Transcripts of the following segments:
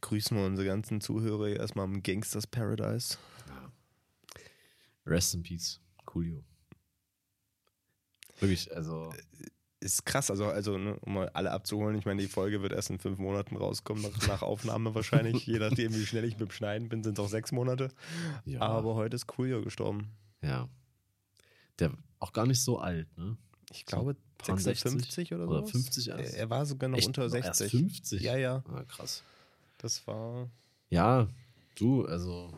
grüßen wir unsere ganzen Zuhörer erstmal im Gangsters Paradise. Ja. Rest in Peace, Coolio. Wirklich, also... Ist krass, also ne, um mal alle abzuholen, ich meine, die Folge wird erst in 5 Monaten rauskommen, nach Aufnahme wahrscheinlich, je nachdem, wie schnell ich mit dem Schneiden bin, sind es auch 6 Monate. Ja. Aber heute ist Coolio gestorben. Ja. Der auch gar nicht so alt, ne? Ich glaube, so 56 oder so. Oder 50 erst. Er war sogar noch Echt? unter 60. Erst 50? Ja, ja. Ah, krass. Das war... Ja, du, also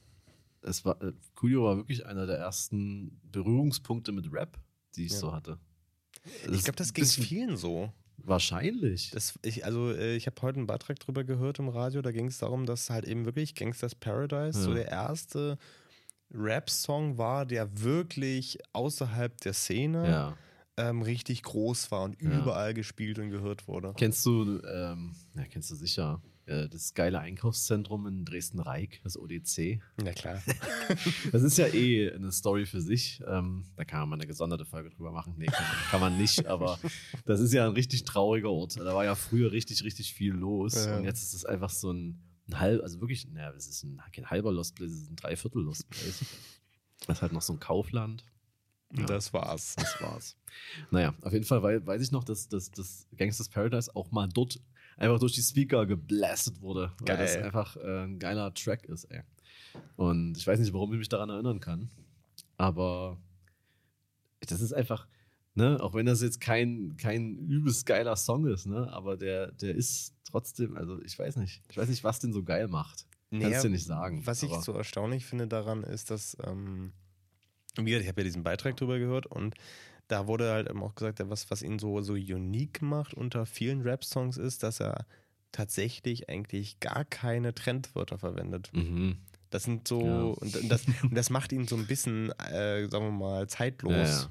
Coolio war wirklich einer der ersten Berührungspunkte mit Rap, die ich so hatte. Ich glaube, das ging vielen so. Wahrscheinlich. Ich habe heute einen Beitrag drüber gehört im Radio, da ging es darum, dass halt eben wirklich Gangsters Paradise so der erste Rap-Song war, der wirklich außerhalb der Szene richtig groß war und überall gespielt und gehört wurde. Kennst du sicher, das geile Einkaufszentrum in Dresden-Reik, das ODC? Ja, klar. Das ist ja eine Story für sich. Da kann man mal eine gesonderte Folge drüber machen. Nee, kann man nicht, aber das ist ja ein richtig trauriger Ort. Da war ja früher richtig, richtig viel los. Und jetzt ist es einfach so ein also wirklich, es ist kein halber Lost Place, es ist ein Dreiviertel Lost Place. Das ist halt noch so ein Kaufland. Ja, das war's. Naja, auf jeden Fall weiß ich noch, dass Gangsters Paradise auch mal dort einfach durch die Speaker geblastet wurde. Weil das einfach ein geiler Track ist, ey. Und ich weiß nicht, warum ich mich daran erinnern kann. Aber das ist einfach, ne, auch wenn das jetzt kein übelst geiler Song ist, ne, aber der ist trotzdem, also ich weiß nicht, was den so geil macht. Kannst du nicht sagen. Was ich so erstaunlich finde daran ist, dass, wie gesagt, ich habe ja diesen Beitrag drüber gehört und da wurde halt auch gesagt, was ihn so unique macht unter vielen Rap-Songs ist, dass er tatsächlich eigentlich gar keine Trendwörter verwendet. Mhm. Das sind so, und das macht ihn so ein bisschen, sagen wir mal, zeitlos. Ja.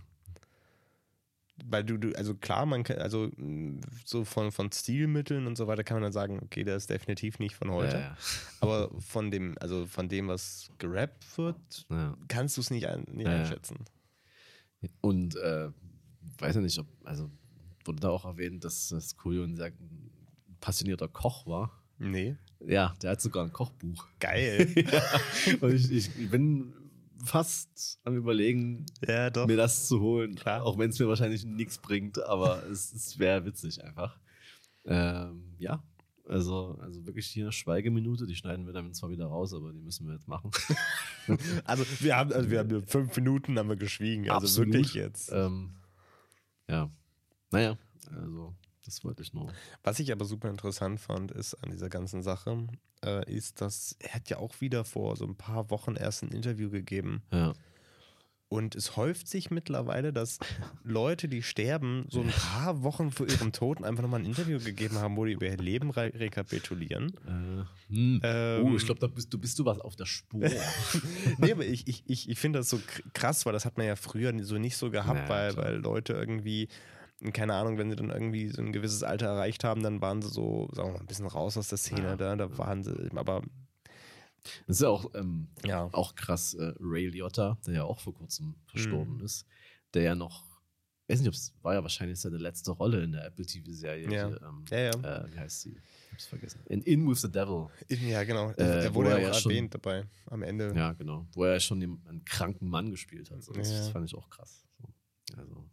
Weil also klar, man kann, also so von Stilmitteln und so weiter kann man dann sagen, okay, der ist definitiv nicht von heute. Ja. Aber von dem, was gerappt wird, kannst du es nicht einschätzen. Und weiß ja nicht, wurde da auch erwähnt, dass Coolio ein sehr passionierter Koch war. Nee. Ja, der hat sogar ein Kochbuch. Geil. Und ich bin fast am Überlegen, mir das zu holen. Klar. Auch wenn es mir wahrscheinlich nichts bringt, aber es wäre witzig einfach. Also wirklich hier eine Schweigeminute, die schneiden wir dann zwar wieder raus, aber die müssen wir jetzt machen. Also wir haben 5 Minuten haben wir geschwiegen, also Absolut. wirklich jetzt. Naja, also das wollte ich nur. Was ich aber super interessant fand, ist an dieser ganzen Sache, ist, dass er hat ja auch wieder vor so ein paar Wochen erst ein Interview gegeben. Ja. Und es häuft sich mittlerweile, dass Leute, die sterben, so ein paar Wochen vor ihrem Tod einfach nochmal ein Interview gegeben haben, wo die über ihr Leben rekapitulieren. Ich glaube, du bist was auf der Spur. Nee, aber ich finde das so krass, weil das hat man ja früher so nicht so gehabt, weil Leute irgendwie, keine Ahnung, wenn sie dann irgendwie so ein gewisses Alter erreicht haben, dann waren sie so, sagen wir mal, ein bisschen raus aus der Szene. Da waren sie, aber das ist ja auch krass. Ray Liotta, der ja auch vor kurzem verstorben ist, der ja noch, weiß nicht, war ja wahrscheinlich seine letzte Rolle in der Apple TV-Serie. Wie heißt sie? Ich hab's vergessen. In With the Devil. Ja, genau. Der wurde ja auch erwähnt dabei am Ende. Ja, genau. Wo er ja schon einen kranken Mann gespielt hat. So, das fand ich auch krass. So. Also.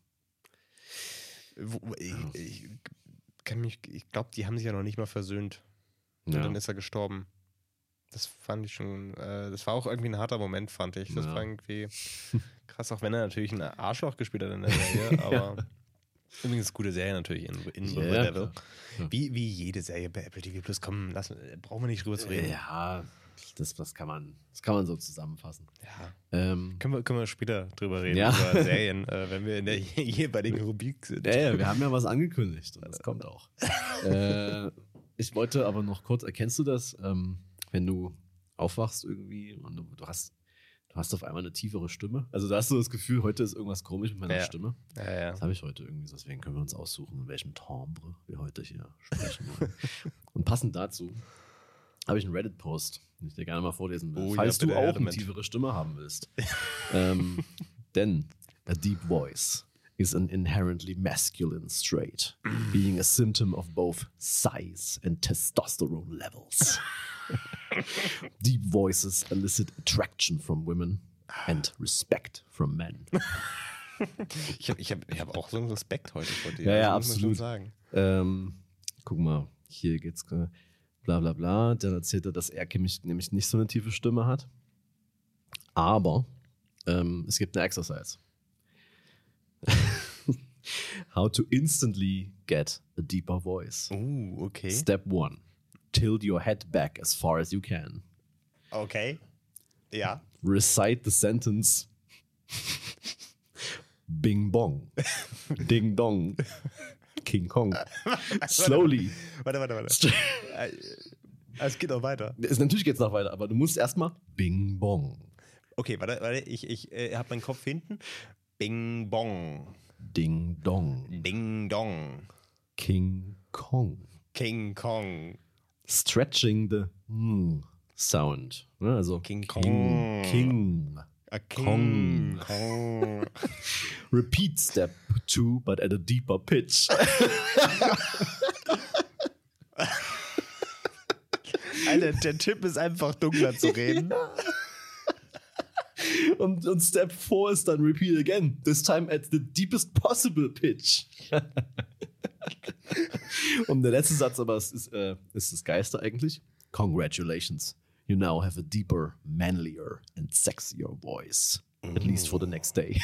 Ich glaube, die haben sich ja noch nicht mal versöhnt. Und dann ist er gestorben. Das fand ich schon, das war auch irgendwie ein harter Moment, fand ich. Das war irgendwie krass, auch wenn er natürlich ein Arschloch gespielt hat in der Serie, aber übrigens eine gute Serie natürlich in The Devil. Wie jede Serie bei Apple TV Plus. Komm, brauchen wir nicht drüber zu reden. Ja, das kann man so zusammenfassen. Ja. Können wir später drüber reden, über Serien, wenn wir in der jeweiligen Rubrik sind. Ja, wir haben ja was angekündigt und das kommt auch. Ich wollte aber noch kurz, erkennst du das, wenn du aufwachst irgendwie und du hast auf einmal eine tiefere Stimme? Also da hast du das Gefühl, heute ist irgendwas komisch mit meiner Stimme. Ja. Das habe ich heute irgendwie so, deswegen können wir uns aussuchen, in welchem Timbre wir heute hier sprechen wollen. Und passend dazu habe ich einen Reddit-Post, den ich dir gerne mal vorlesen will, falls du auch eine tiefere Stimme haben willst. Denn a deep voice He's an inherently masculine straight, being a symptom of both size and testosterone levels. Deep voices elicit attraction from women and respect from men. Ich hab auch so einen Respekt heute vor dir. Ja, das absolut. Muss man schon sagen. Guck mal, hier geht's bla bla bla. Dann erzählt er, dass er nämlich nicht so eine tiefe Stimme hat. Aber es gibt eine Exercise. How to instantly get a deeper voice. Okay. Step 1. Tilt your head back as far as you can. Okay. Ja. Recite the sentence Bing Bong. Ding Dong. King Kong. Slowly. Warte. Es geht noch weiter. Natürlich geht's noch weiter, aber du musst erstmal Bing Bong. Okay, warte. Ich habe meinen Kopf hinten. Bing Bong. Ding Dong. Ding Dong. King Kong. King Kong. Stretching the sound. Also King Kong. King. Kong. Repeat step 2, but at a deeper pitch. Alter, der Tipp ist einfach dunkler zu reden. Und Step 4 ist dann repeat again. This time at the deepest possible pitch. Und der letzte Satz, aber es ist das Geiste eigentlich. Congratulations. You now have a deeper, manlier and sexier voice. At least for the next day.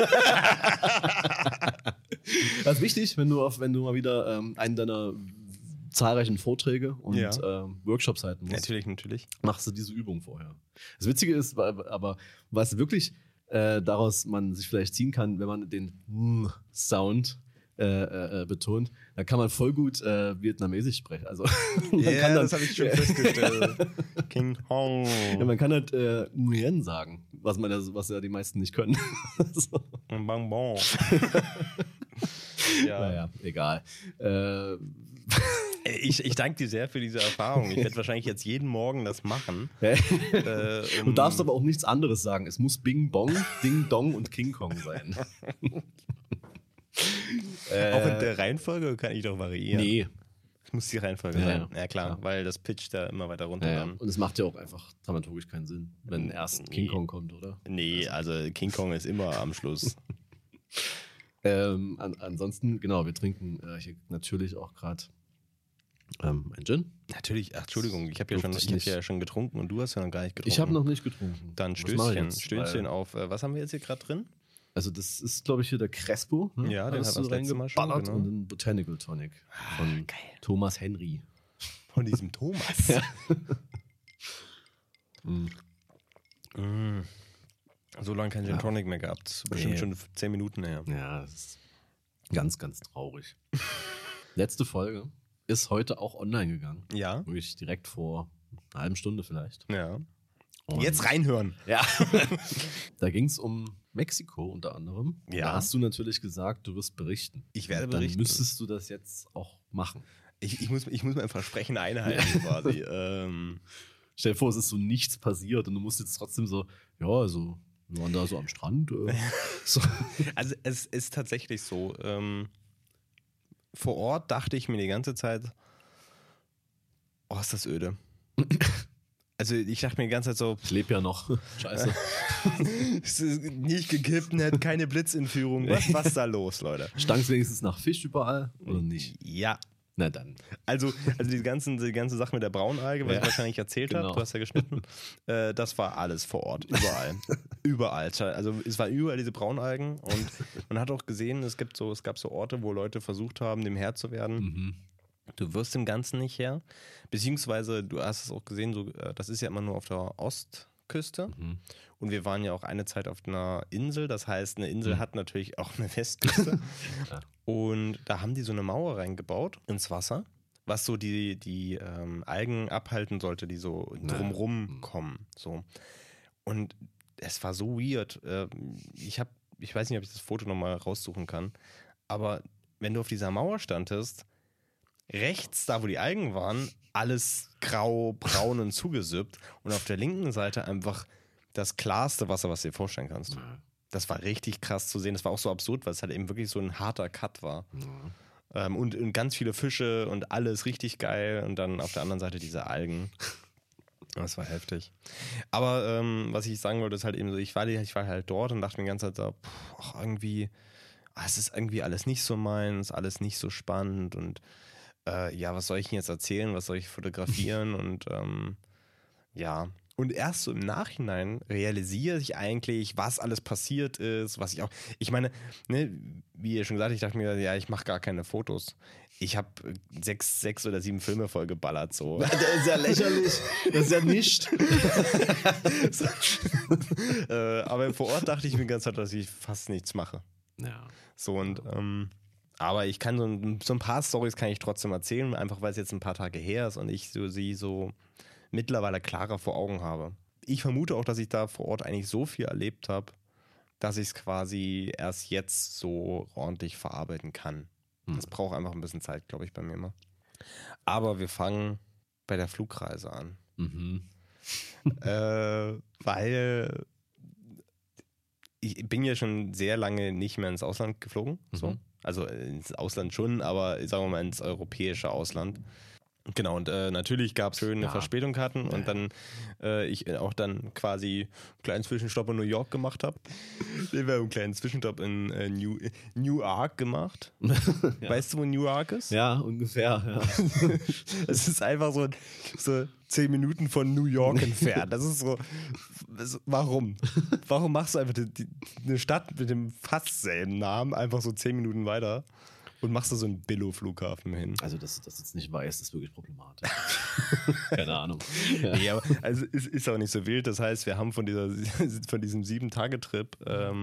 Das ist wichtig, wenn du mal wieder einen deiner zahlreichen Vorträge und Workshops halten musst. Natürlich. Machst du diese Übung vorher. Das Witzige ist, aber was wirklich daraus man sich vielleicht ziehen kann, wenn man den Sound betont, dann kann man voll gut Vietnamesisch sprechen. Also, das habe ich schon festgestellt. King Hong. Ja, man kann halt Nguyen sagen, was ja die meisten nicht können. So. Bang Bong. Ja. Naja, egal. Ich danke dir sehr für diese Erfahrung. Ich werde wahrscheinlich jetzt jeden Morgen das machen. Du darfst aber auch nichts anderes sagen. Es muss Bing Bong, Ding Dong und King Kong sein. Auch in der Reihenfolge kann ich doch variieren. Nee. Es muss die Reihenfolge sein. Ja, klar, weil das pitcht da immer weiter runter. Ja. Und es macht ja auch einfach dramaturgisch keinen Sinn, wenn erst King Kong kommt, oder? Nee, also King Kong ist immer am Schluss. Ansonsten, genau, wir trinken hier natürlich auch gerade ein Gin. Natürlich, Entschuldigung, ich habe ja schon getrunken und du hast ja noch gar nicht getrunken. Ich habe noch nicht getrunken. Dann Stößchen auf, was haben wir jetzt hier gerade drin? Also das ist, glaube ich, hier der Crespo. Ne? Ja, den hat das letzte Mal schon. Genau. Und ein Botanical Tonic von Thomas Henry. Von diesem Thomas. Ja. So lange kein Gin Tonic mehr gehabt. Bestimmt schon 10 Minuten her. Ja, das ist ganz, ganz traurig. Letzte Folge ist heute auch online gegangen. Ja. Wirklich direkt vor einer halben Stunde vielleicht. Ja. Und jetzt reinhören. Ja. Da ging es um Mexiko unter anderem. Ja. Da hast du natürlich gesagt, du wirst berichten. Ich werde berichten. Dann müsstest du das jetzt auch machen. Ich muss mein Versprechen einhalten quasi. Stell dir vor, es ist so nichts passiert und du musst jetzt trotzdem so, wir waren da so am Strand. So. Also es ist tatsächlich so, vor Ort dachte ich mir die ganze Zeit, ist das öde. Also ich dachte mir die ganze Zeit so, ich lebe ja noch. Scheiße. Es ist nicht gekippt, hat keine Blitzentführung. Was ist da los, Leute? Stank es wenigstens nach Fisch überall oder nicht? Ja. Na dann. Also die ganze Sache mit der Braunalge, was ich wahrscheinlich erzählt habe, du hast ja geschnitten, das war alles vor Ort, überall. Überall. Also es war überall diese Braunalgen und man hat auch gesehen, es gab so Orte, wo Leute versucht haben, dem Herr zu werden. Mhm. Du wirst dem Ganzen nicht her. Beziehungsweise, du hast es auch gesehen, so, das ist ja immer nur auf der Ostküste. Mhm. Und wir waren ja auch eine Zeit auf einer Insel. Das heißt, eine Insel hat natürlich auch eine Westküste. Und da haben die so eine Mauer reingebaut ins Wasser, was so die Algen abhalten sollte, die so drumrum kommen. So. Und es war so weird. Ich weiß nicht, ob ich das Foto nochmal raussuchen kann. Aber wenn du auf dieser Mauer standest, rechts, da wo die Algen waren, alles grau, braun und zugesippt und auf der linken Seite einfach das klarste Wasser, was du dir vorstellen kannst. Das war richtig krass zu sehen. Das war auch so absurd, weil es halt eben wirklich so ein harter Cut war. Ja. Und ganz viele Fische und alles richtig geil. Und dann auf der anderen Seite diese Algen. Das war heftig. Aber was ich sagen wollte, ist halt eben so, ich war halt dort und dachte mir die ganze Zeit so, irgendwie, es ist irgendwie alles nicht so meins, alles nicht so spannend. Und was soll ich denn jetzt erzählen? Was soll ich fotografieren? Und ja. Und erst so im Nachhinein realisiere ich eigentlich, was alles passiert ist, ich meine, ne, wie ihr schon gesagt habt, ich dachte mir, ja, ich mache gar keine Fotos. Ich habe 6 oder 7 Filme vollgeballert, so. Das ist ja lächerlich. Das ist ja nicht. Aber vor Ort dachte ich mir die ganze Zeit, dass ich fast nichts mache. Ja. So und, aber ich kann so ein paar Storys kann ich trotzdem erzählen, einfach weil es jetzt ein paar Tage her ist und ich sie so mittlerweile klarer vor Augen habe. Ich vermute auch, dass ich da vor Ort eigentlich so viel erlebt habe, dass ich es quasi erst jetzt so ordentlich verarbeiten kann. Das braucht einfach ein bisschen Zeit, glaube ich, bei mir immer. Aber wir fangen bei der Flugreise an. Weil ich bin ja schon sehr lange nicht mehr ins Ausland geflogen. So. Also ins Ausland schon, aber sagen wir mal ins europäische Ausland. Genau, und natürlich gab es schöne Verspätung hatten und dann ich auch dann quasi einen kleinen Zwischenstopp in New York gemacht habe. Wir haben einen kleinen Zwischenstopp in Newark gemacht. Ja. Weißt du, wo Newark ist? Ja, ungefähr. Ja. Es ist einfach so 10 Minuten von New York entfernt. Das ist so, warum? Warum machst du einfach eine Stadt mit dem fast selben Namen einfach so 10 Minuten weiter? Und machst du so einen Billo-Flughafen hin? Also, dass du jetzt nicht weißt, ist wirklich problematisch. Keine Ahnung. Ja. Nee, aber also es ist auch nicht so wild. Das heißt, wir haben von diesem 7-Tage-Trip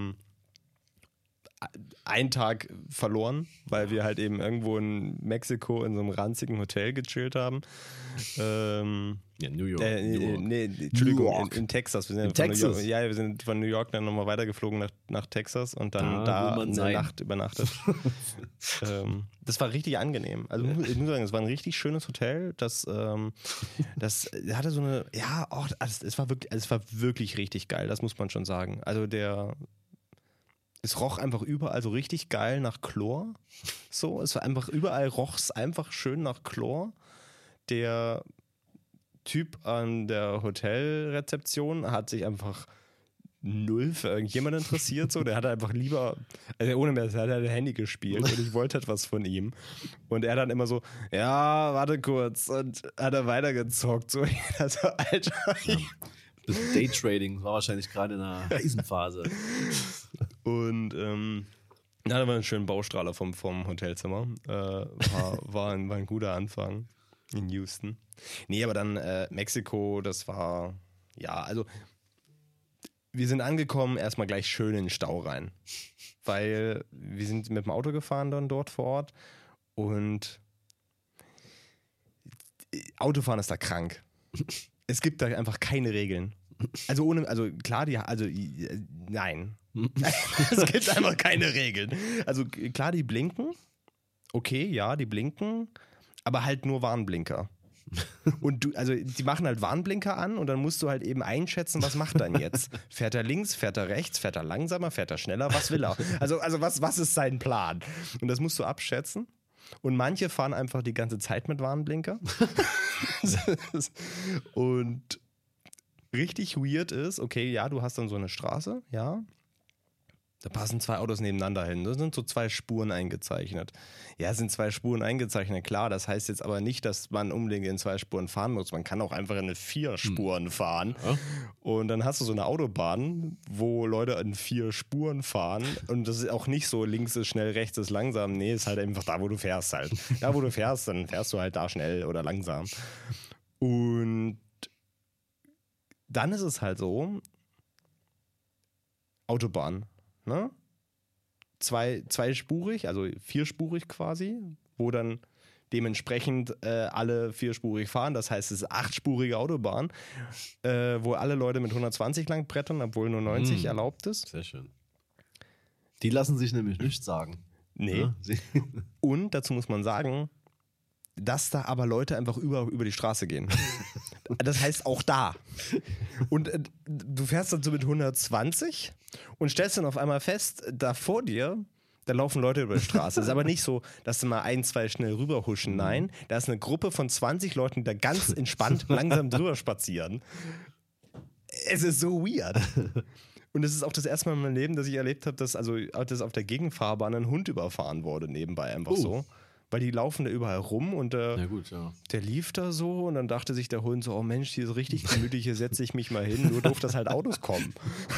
einen Tag verloren, weil wir halt eben irgendwo in Mexiko in so einem ranzigen Hotel gechillt haben. Ja, New York. Entschuldigung, in Texas. Wir sind in Texas? Wir sind von New York dann nochmal weitergeflogen nach Texas und dann da eine Nacht übernachtet. Das war richtig angenehm. Also ich muss sagen, es war ein richtig schönes Hotel. Das hatte so eine, es war wirklich richtig geil, das muss man schon sagen. Also es roch einfach überall so richtig geil nach Chlor. So, es war einfach, überall roch es einfach schön nach Chlor. Der Typ an der Hotelrezeption hat sich einfach null für irgendjemanden interessiert. So. Der hat einfach lieber, also ohne mehr, er hat ein Handy gespielt und ich wollte etwas von ihm. Und er dann immer so, ja, warte kurz. Und hat er weitergezockt. So, also, Alter. Das Daytrading war wahrscheinlich gerade in einer Riesenphase. Und dann hatten wir einen schönen Baustrahler vom Hotelzimmer. War ein guter Anfang in Houston. Nee, aber dann Mexiko, das war, ja, also wir sind angekommen, erstmal gleich schön in den Stau rein. Weil wir sind mit dem Auto gefahren dann dort vor Ort und Autofahren ist da krank. Es gibt da einfach keine Regeln. Nein. Es gibt einfach keine Regeln. Also klar, die blinken. Okay, ja, die blinken. Aber halt nur Warnblinker. Und die machen halt Warnblinker an und dann musst du halt eben einschätzen, was macht er denn jetzt? Fährt er links, fährt er rechts, fährt er langsamer, fährt er schneller, was will er? Also was ist sein Plan? Und das musst du abschätzen. Und manche fahren einfach die ganze Zeit mit Warnblinker. Und richtig weird ist, okay, ja, du hast dann so eine Straße, ja. Da passen 2 Autos nebeneinander hin. Da sind so 2 Spuren eingezeichnet. Ja, es sind 2 Spuren eingezeichnet, klar. Das heißt jetzt aber nicht, dass man unbedingt in 2 Spuren fahren muss. Man kann auch einfach in 4 Spuren fahren. Ja. Und dann hast du so eine Autobahn, wo Leute in 4 Spuren fahren. Und das ist auch nicht so, links ist schnell, rechts ist langsam. Nee, ist halt einfach da, wo du fährst halt. Da, wo du fährst, dann fährst du halt da schnell oder langsam. Und dann ist es halt so, Autobahn. Ne? Zweispurig, also 4-spurig quasi, wo dann dementsprechend alle 4-spurig fahren. Das heißt, es ist 8-spurige Autobahn, wo alle Leute mit 120 lang brettern, obwohl nur 90 erlaubt ist. Sehr schön. Die lassen sich nämlich nichts sagen. Nee. Ja? Und dazu muss man sagen, dass da aber Leute einfach über die Straße gehen. Das heißt auch da. Und du fährst dann so mit 120 und stellst dann auf einmal fest, da vor dir, da laufen Leute über die Straße. Es ist aber nicht so, dass du mal 1, 2 schnell rüberhuschen. Nein, da ist eine Gruppe von 20 Leuten, die da ganz entspannt langsam drüber spazieren. Es ist so weird. Und es ist auch das erste Mal in meinem Leben, dass ich erlebt habe, dass auf der Gegenfahrbahn ein Hund überfahren wurde, nebenbei einfach so. Weil die laufen da überall rum und der lief da so und dann dachte sich der Hund so, oh Mensch, hier ist richtig gemütlich, hier setze ich mich mal hin, nur doof, dass halt Autos kommen.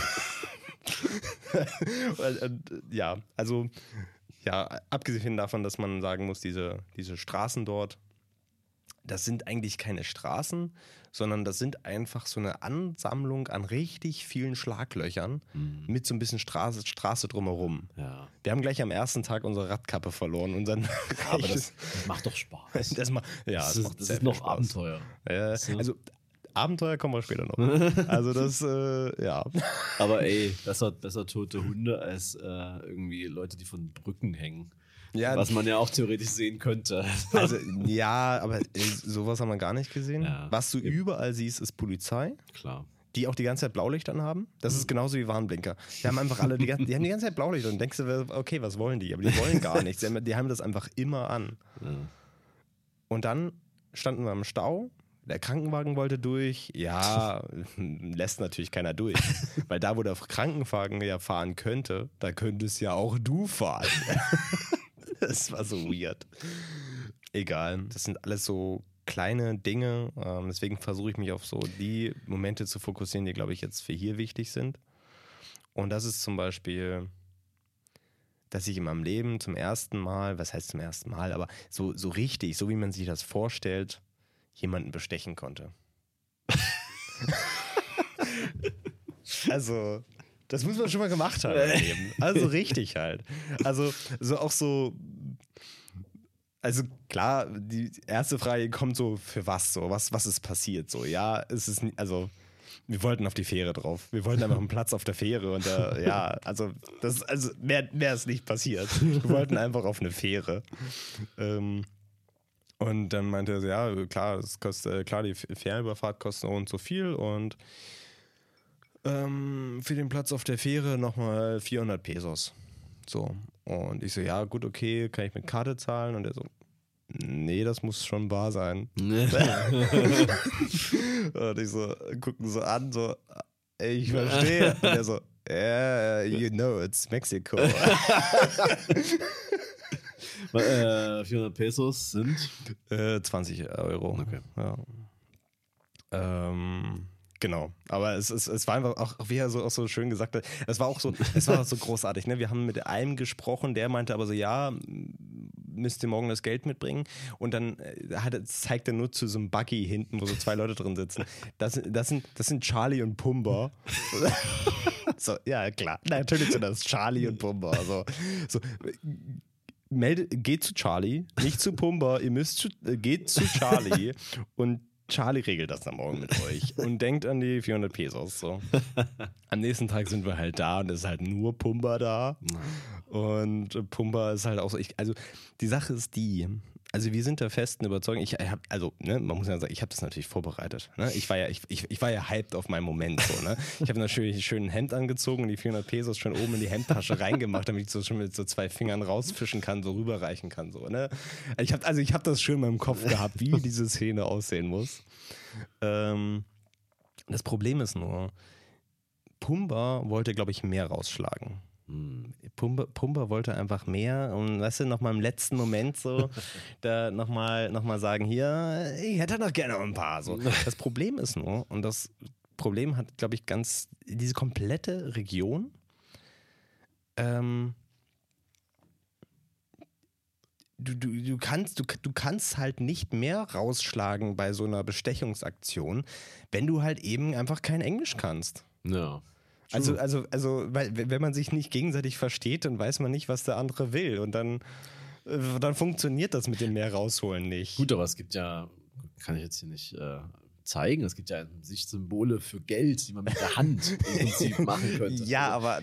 Abgesehen davon, dass man sagen muss, diese Straßen dort, das sind eigentlich keine Straßen, sondern das sind einfach so eine Ansammlung an richtig vielen Schlaglöchern mit so ein bisschen Straße drumherum. Ja. Wir haben gleich am ersten Tag unsere Radkappe verloren. Aber das macht doch Spaß. Das ist noch Spaß. Abenteuer. Also Abenteuer kommen wir später noch. Also das, ja. Aber ey, besser tote Hunde als irgendwie Leute, die von Brücken hängen. Ja, was man ja auch theoretisch sehen könnte. Also, ja, aber sowas haben wir gar nicht gesehen. Ja, was du überall siehst, ist Polizei. Klar. Die auch die ganze Zeit Blaulicht anhaben. Das ist genauso wie Warnblinker. Die haben einfach alle, die haben die ganze Zeit Blaulicht und denkst du, okay, was wollen die? Aber die wollen gar nichts. Die haben das einfach immer an. Ja. Und dann standen wir im Stau. Der Krankenwagen wollte durch. Ja, lässt natürlich keiner durch. Weil da, wo der Krankenwagen ja fahren könnte, da könntest ja auch du fahren. Das war so weird. Egal, das sind alles so kleine Dinge. Deswegen versuche ich mich auf so die Momente zu fokussieren, die, glaube ich, jetzt für hier wichtig sind. Und das ist zum Beispiel, dass ich in meinem Leben zum ersten Mal, was heißt zum ersten Mal, aber so richtig, so wie man sich das vorstellt, jemanden bestechen konnte. Also, das muss man schon mal gemacht haben im Leben. Also richtig halt. Also also klar, die erste Frage kommt so, für was so? Was ist passiert so? Ja, es ist also wir wollten auf die Fähre drauf. Wir wollten einfach einen Platz auf der Fähre und mehr ist nicht passiert. Wir wollten einfach auf eine Fähre. Und dann meinte er so, ja, klar, die Fährenüberfahrt kostet so und so viel und für den Platz auf der Fähre nochmal 400 Pesos. So. Und ich so, ja, gut, okay, kann ich mit Karte zahlen? Und er so, nee, das muss schon bar sein. Und ich so, gucken so an, so, ich verstehe. Und er so, yeah, you know, it's Mexico. 400 Pesos sind? 20 Euro. Okay. Ja. Genau, aber es war einfach auch, wie er so auch so schön gesagt hat, es war auch so großartig, ne? Wir haben mit einem gesprochen, der meinte aber so, ja, müsst ihr morgen das Geld mitbringen und dann zeigt er nur zu so einem Buggy hinten, wo so 2 Leute drin sitzen. Das sind Charlie und Pumba. So, ja, klar, natürlich sind das Charlie und Pumba. Also, so, geht zu Charlie, nicht zu Pumba, geht zu Charlie und Charlie regelt das dann morgen mit euch und denkt an die 400 Pesos. So. Am nächsten Tag sind wir halt da und es ist halt nur Pumba da. Und Pumba ist halt auch so. Also die Sache ist die, also wir sind der festen Überzeugung, man muss ja sagen, ich habe das natürlich vorbereitet. Ne? Ich war ja hyped auf meinen Moment. So, ne? Ich habe natürlich schön ein Hemd angezogen und die 400 Pesos schon oben in die Hemdtasche reingemacht, damit ich so schon mit so 2 Fingern rausfischen kann, so rüberreichen kann. So, ne? Ich habe das schön in meinem Kopf gehabt, wie diese Szene aussehen muss. Das Problem ist nur, Pumba wollte, glaube ich, mehr rausschlagen. Pumba wollte einfach mehr und weißt du, nochmal im letzten Moment so da nochmal sagen, hier, ich hätte noch gerne ein paar. So. Das Problem ist nur, und das Problem hat, glaube ich, diese komplette Region, du kannst halt nicht mehr rausschlagen bei so einer Bestechungsaktion, wenn du halt eben einfach kein Englisch kannst. Ja. Also, weil, wenn man sich nicht gegenseitig versteht, dann weiß man nicht, was der andere will. Und dann funktioniert das mit dem mehr rausholen nicht. Gut, aber es gibt ja, kann ich jetzt hier nicht zeigen. Es gibt ja an sich Symbole für Geld, die man mit der Hand im Prinzip machen könnte. Ja, aber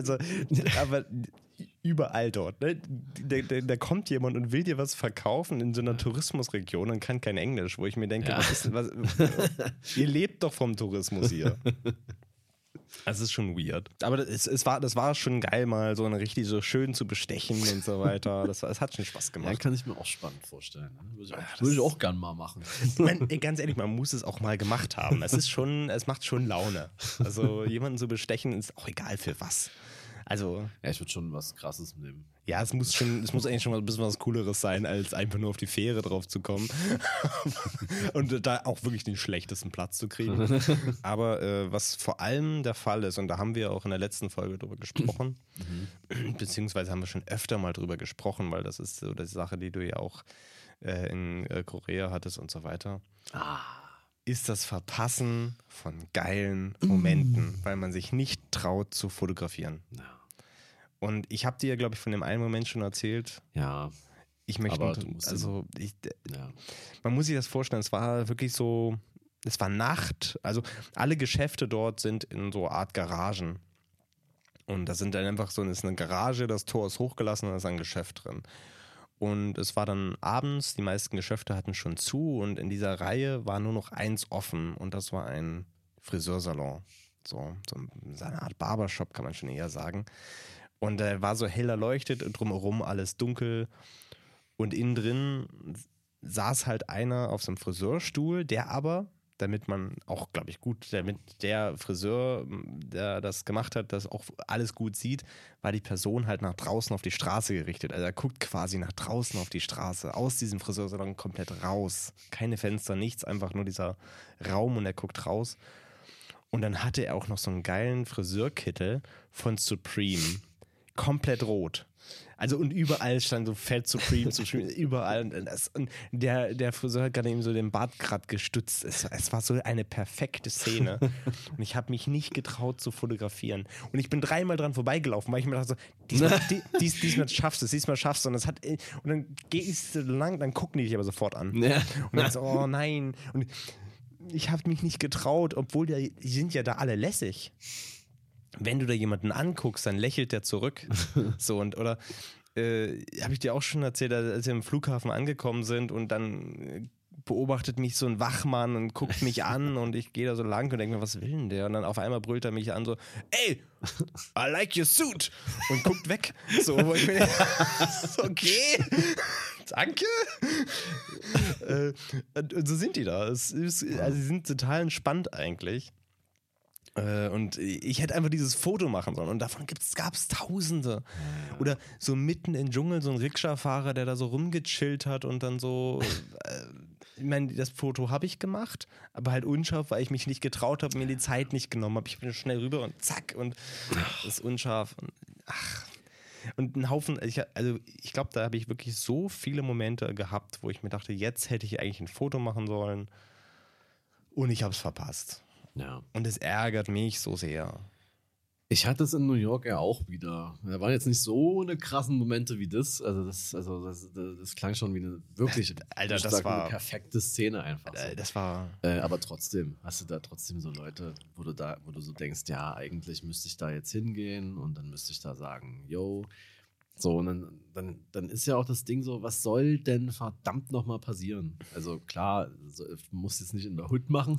überall dort, ne? Da kommt jemand und will dir was verkaufen in so einer Tourismusregion und kann kein Englisch, wo ich mir denke, ihr lebt doch vom Tourismus hier. Das ist schon weird. Aber das war schon geil, mal so eine richtig so schön zu bestechen und so weiter. Es hat schon Spaß gemacht. Ja, kann ich mir auch spannend vorstellen. Würde ich auch gern mal machen. Ganz ehrlich, man muss es auch mal gemacht haben. Es macht schon Laune. Also jemanden zu bestechen ist auch egal für was. Also, ja, ich würde schon was Krasses nehmen. Ja, es muss eigentlich schon mal ein bisschen was Cooleres sein, als einfach nur auf die Fähre drauf zu kommen. Und da auch wirklich den schlechtesten Platz zu kriegen. Aber was vor allem der Fall ist, und da haben wir auch in der letzten Folge drüber gesprochen, beziehungsweise haben wir schon öfter mal drüber gesprochen, weil das ist so die Sache, die du ja auch in Korea hattest und so weiter. Ist das Verpassen von geilen Momenten, weil man sich nicht traut zu fotografieren. Ja. Und ich habe dir, glaube ich, von dem einen Moment schon erzählt. Ja. Ich möchte, man muss sich das vorstellen, es war wirklich so, es war Nacht, also alle Geschäfte dort sind in so Art Garagen. Und da sind dann einfach so, es ist eine Garage, das Tor ist hochgelassen und da ist ein Geschäft drin. Und es war dann abends, die meisten Geschäfte hatten schon zu und in dieser Reihe war nur noch eins offen und das war ein Friseursalon. So eine Art Barbershop kann man schon eher sagen. Und er war so hell erleuchtet und drumherum alles dunkel. Und innen drin saß halt einer auf so einem Friseurstuhl, der aber, damit man auch, glaube ich, damit der Friseur, der das gemacht hat, das auch alles gut sieht, war die Person halt nach draußen auf die Straße gerichtet. Also er guckt quasi nach draußen auf die Straße, aus diesem Friseursalon komplett raus. Keine Fenster, nichts, einfach nur dieser Raum und er guckt raus. Und dann hatte er auch noch so einen geilen Friseurkittel von Supreme. Komplett rot. Also und überall stand so Fett Supreme, überall. Und der Friseur hat gerade eben so den Bart gerade gestützt. Es war so eine perfekte Szene. Und ich habe mich nicht getraut zu fotografieren. Und ich bin 3-mal dran vorbeigelaufen, weil ich mir dachte so, diesmal schaffst du es. Und dann gehst du lang, dann gucken die dich aber sofort an. Ja. Und dann so, oh nein. Und ich habe mich nicht getraut, obwohl die sind ja da alle lässig. Wenn du da jemanden anguckst, dann lächelt der zurück. So habe ich dir auch schon erzählt, als wir am Flughafen angekommen sind und dann beobachtet mich so ein Wachmann und guckt mich an und ich gehe da so lang und denke mir, was will denn der? Und dann auf einmal brüllt er mich an so, ey, I like your suit und guckt weg. So, wo ich mir okay, danke. Und so sind die da. Also sie sind total entspannt eigentlich. Und ich hätte einfach dieses Foto machen sollen und davon gab es Tausende. Ja. Oder so mitten im Dschungel so ein Rikscha-Fahrer, der da so rumgechillt hat und dann so, ich meine, das Foto habe ich gemacht, aber halt unscharf, weil ich mich nicht getraut habe, mir die Zeit nicht genommen habe. Ich bin schnell rüber und zack und das ist unscharf. Und ein Haufen, ich glaube, da habe ich wirklich so viele Momente gehabt, wo ich mir dachte, jetzt hätte ich eigentlich ein Foto machen sollen und ich habe es verpasst. Ja. Und es ärgert mich so sehr. Ich hatte es in New York ja auch wieder. Da waren jetzt nicht so eine krassen Momente wie das. Das klang schon wie eine wirklich Alter, das war eine perfekte Szene einfach. So. Das war. Aber trotzdem hast du da trotzdem so Leute, wo du so denkst, ja, eigentlich müsste ich da jetzt hingehen und dann müsste ich da sagen, yo. So, und dann ist ja auch das Ding so, was soll denn verdammt nochmal passieren? Also klar, muss jetzt nicht in der Hood machen,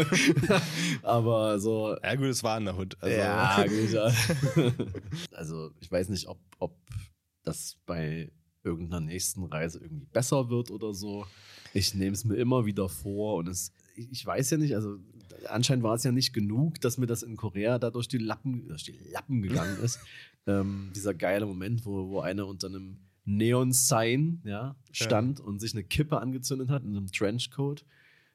aber so. Ja gut, es war in der Hood. Also. Ja, gut. Also ich weiß nicht, ob das bei irgendeiner nächsten Reise irgendwie besser wird oder so. Ich nehme es mir immer wieder vor und ich weiß ja nicht, also anscheinend war es ja nicht genug, dass mir das in Korea da durch die Lappen gegangen ist. Dieser geile Moment, wo einer unter einem Neon-Sign stand und sich eine Kippe angezündet hat in einem Trenchcoat.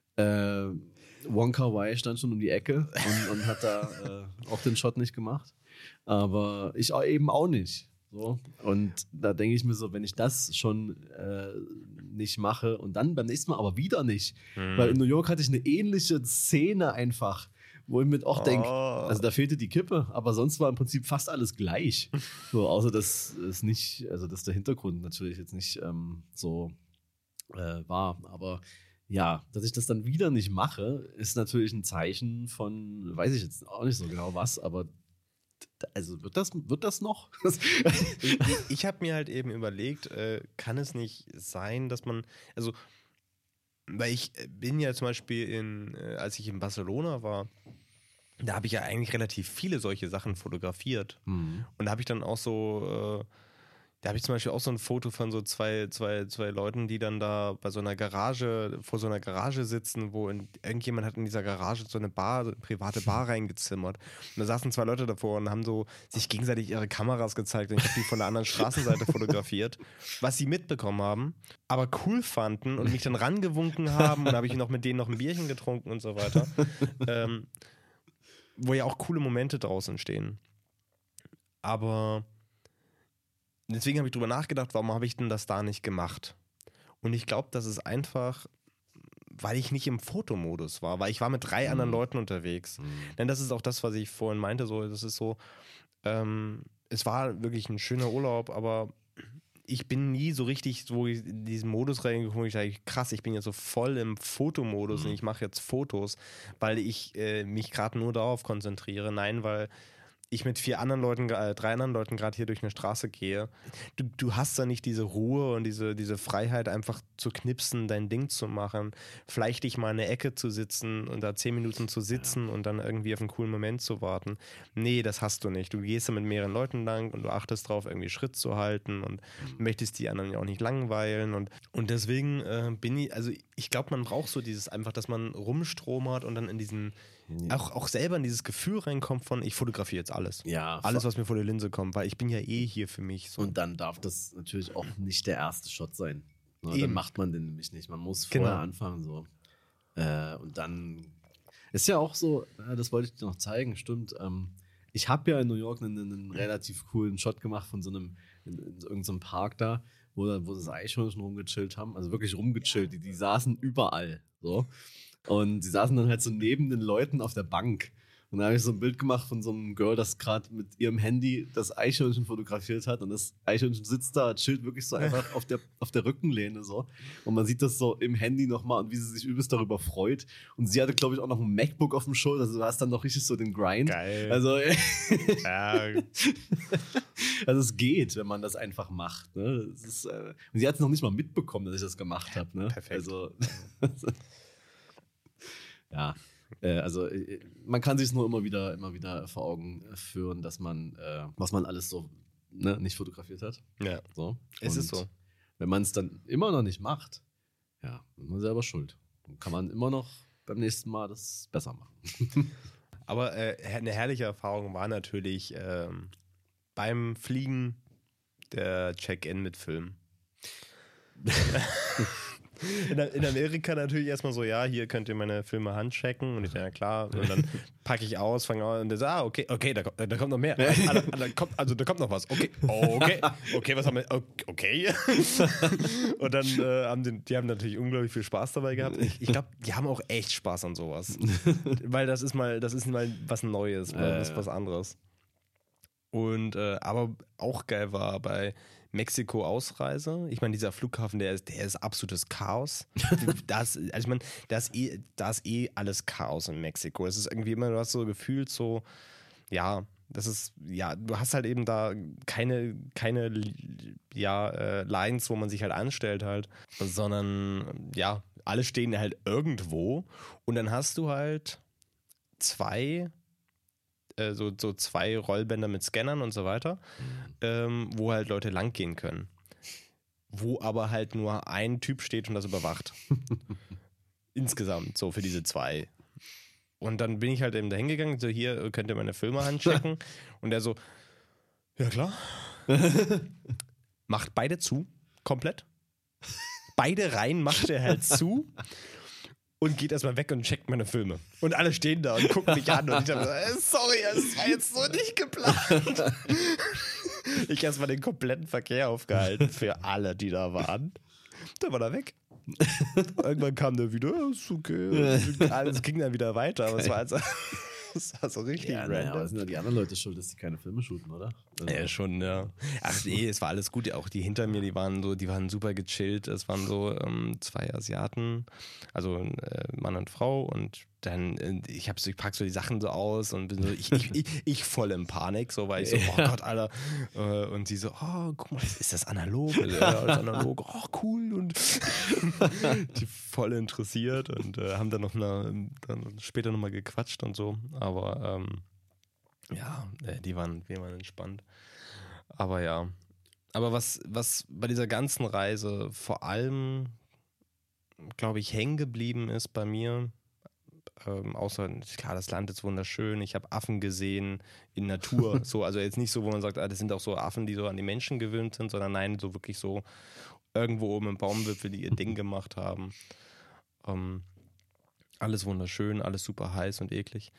Wong Kar-wai stand schon um die Ecke und hat da auch den Shot nicht gemacht. Aber ich eben auch nicht. So. Und da denke ich mir so, wenn ich das schon nicht mache und dann beim nächsten Mal aber wieder nicht. Weil in New York hatte ich eine ähnliche Szene einfach, wo ich mir auch denke, also da fehlte die Kippe, aber sonst war im Prinzip fast alles gleich. So, außer dass es nicht, also dass der Hintergrund natürlich jetzt nicht so war. Aber Ja, dass ich das dann wieder nicht mache, ist natürlich ein Zeichen von, weiß ich jetzt auch nicht so genau was, aber also wird das noch? Ich habe mir halt eben überlegt, kann es nicht sein, dass man, also, weil ich bin ja zum Beispiel als ich in Barcelona war, da habe ich ja eigentlich relativ viele solche Sachen fotografiert. Und da habe ich dann auch so, da habe ich zum Beispiel auch so ein Foto von so zwei Leuten, die dann da bei so einer Garage, vor so einer Garage sitzen, wo irgendjemand hat in dieser Garage so eine Bar, so eine private Bar reingezimmert. Und da saßen 2 Leute davor und haben so sich gegenseitig ihre Kameras gezeigt und ich habe die von der anderen Straßenseite fotografiert, was sie mitbekommen haben, aber cool fanden und mich dann rangewunken haben und habe ich noch mit denen noch ein Bierchen getrunken und so weiter. Wo ja auch coole Momente draus entstehen. Aber deswegen habe ich drüber nachgedacht, warum habe ich denn das da nicht gemacht? Und ich glaube, das ist einfach, weil ich nicht im Fotomodus war, weil ich war mit 3 anderen Leuten unterwegs. Denn das ist auch das, was ich vorhin meinte, so, das ist so, es war wirklich ein schöner Urlaub, aber ich bin nie so richtig so in diesen Modus reingekommen, wo ich sage, krass, ich bin jetzt so voll im Fotomodus und ich mache jetzt Fotos, weil ich mich gerade nur darauf konzentriere. Nein, weil ich mit 3 anderen Leuten gerade hier durch eine Straße gehe. Du hast da nicht diese Ruhe und diese Freiheit, einfach zu knipsen, dein Ding zu machen, vielleicht dich mal in eine Ecke zu sitzen und da 10 Minuten zu sitzen und dann irgendwie auf einen coolen Moment zu warten. Nee, das hast du nicht. Du gehst da mit mehreren Leuten lang und du achtest drauf, irgendwie Schritt zu halten und möchtest die anderen ja auch nicht langweilen. Und deswegen ich glaube, man braucht so dieses einfach, dass man rumstromert und dann in diesen auch selber in dieses Gefühl reinkommt von, ich fotografiere jetzt alles. Ja. Alles, was mir vor die Linse kommt, weil ich bin ja hier für mich. So. Und dann darf das natürlich auch nicht der erste Shot sein. Ne? Dann macht man den nämlich nicht. Man muss vorher anfangen. So. Und dann ist ja auch so, das wollte ich dir noch zeigen, stimmt. Ich habe ja in New York einen relativ coolen Shot gemacht von so einem, in irgendeinem Park da, wo das Eichhörnchen rumgechillt haben. Also wirklich rumgechillt. Die saßen überall. So. Und sie saßen dann halt so neben den Leuten auf der Bank. Und da habe ich so ein Bild gemacht von so einem Girl, das gerade mit ihrem Handy das Eichhörnchen fotografiert hat. Und das Eichhörnchen sitzt da, chillt wirklich so einfach auf der Rückenlehne so. Und man sieht das so im Handy nochmal und wie sie sich übelst darüber freut. Und sie hatte, glaube ich, auch noch ein MacBook auf dem Schulter. Also du hast dann noch richtig so den Grind. Geil. Also, ja. Also es geht, wenn man das einfach macht. Ne? Das ist, und sie hat es noch nicht mal mitbekommen, dass ich das gemacht habe. Ne? Perfekt. Also ja, also man kann sich es nur immer wieder vor Augen führen, dass man, was man alles so nicht fotografiert hat. Ja, so. Es ist so. Wenn man es dann immer noch nicht macht, ja, ist man selber schuld. Dann kann man immer noch beim nächsten Mal das besser machen. Aber eine herrliche Erfahrung war natürlich beim Fliegen der Check-in mit Film. In Amerika natürlich erstmal so, ja, hier könnt ihr meine Filme handchecken und ich denke, ja klar, und dann packe ich aus, fange an und der sagt, okay, da kommt noch mehr. Da kommt noch was. Okay, was haben wir? Okay. Und dann die haben natürlich unglaublich viel Spaß dabei gehabt. Ich glaube, die haben auch echt Spaß an sowas. Weil das ist mal was Neues, das ist was anderes. Und aber auch geil war bei Mexiko-Ausreise. Ich meine, dieser Flughafen, der ist absolutes Chaos. Da ist eh alles Chaos in Mexiko. Es ist irgendwie immer, du hast so gefühlt so, ja, du hast halt eben da keine Lines, wo man sich halt anstellt halt, sondern ja, alle stehen halt irgendwo und dann hast du halt zwei Rollbänder mit Scannern und so weiter, wo halt Leute langgehen können. Wo aber halt nur ein Typ steht und das überwacht. Insgesamt, so für diese 2. Und dann bin ich halt eben da hingegangen, so hier könnt ihr meine Filme anchecken. Und der so, ja klar. Macht beide zu, komplett. Beide Reihen macht er halt zu. Und geht erstmal weg und checkt meine Filme. Und alle stehen da und gucken mich an. Und ich dachte, sorry, das war jetzt so nicht geplant. Ich erstmal den kompletten Verkehr aufgehalten für alle, die da waren. Dann war er weg. Irgendwann kam der wieder, ist okay. Alles ging dann wieder weiter. Aber es war also Das war so richtig random. Ja, aber sind ja die anderen Leute schuld, dass die keine Filme shooten, oder? Also. Ja, schon, ja. Ach nee, es war alles gut. Auch die hinter mir, die waren super gechillt. Es waren so 2 Asiaten, also Mann und Frau. Und dann, ich pack so die Sachen so aus und bin so, ich voll in Panik, so, weil ich so, oh Gott, Alter. Und sie so, oh, guck mal, ist das analog? Ja, das ist analog. Oh, cool. Und die voll interessiert und haben dann dann später nochmal gequatscht und so. Aber ja, wir waren entspannt. Aber ja. Aber was bei dieser ganzen Reise vor allem, glaube ich, hängen geblieben ist bei mir, außer, klar, das Land ist wunderschön, ich habe Affen gesehen in Natur, so, also jetzt nicht so, wo man sagt, das sind auch so Affen, die so an die Menschen gewöhnt sind, sondern nein, so wirklich so irgendwo oben im Baumwipfel, die ihr Ding gemacht haben. Alles wunderschön, alles super heiß und eklig.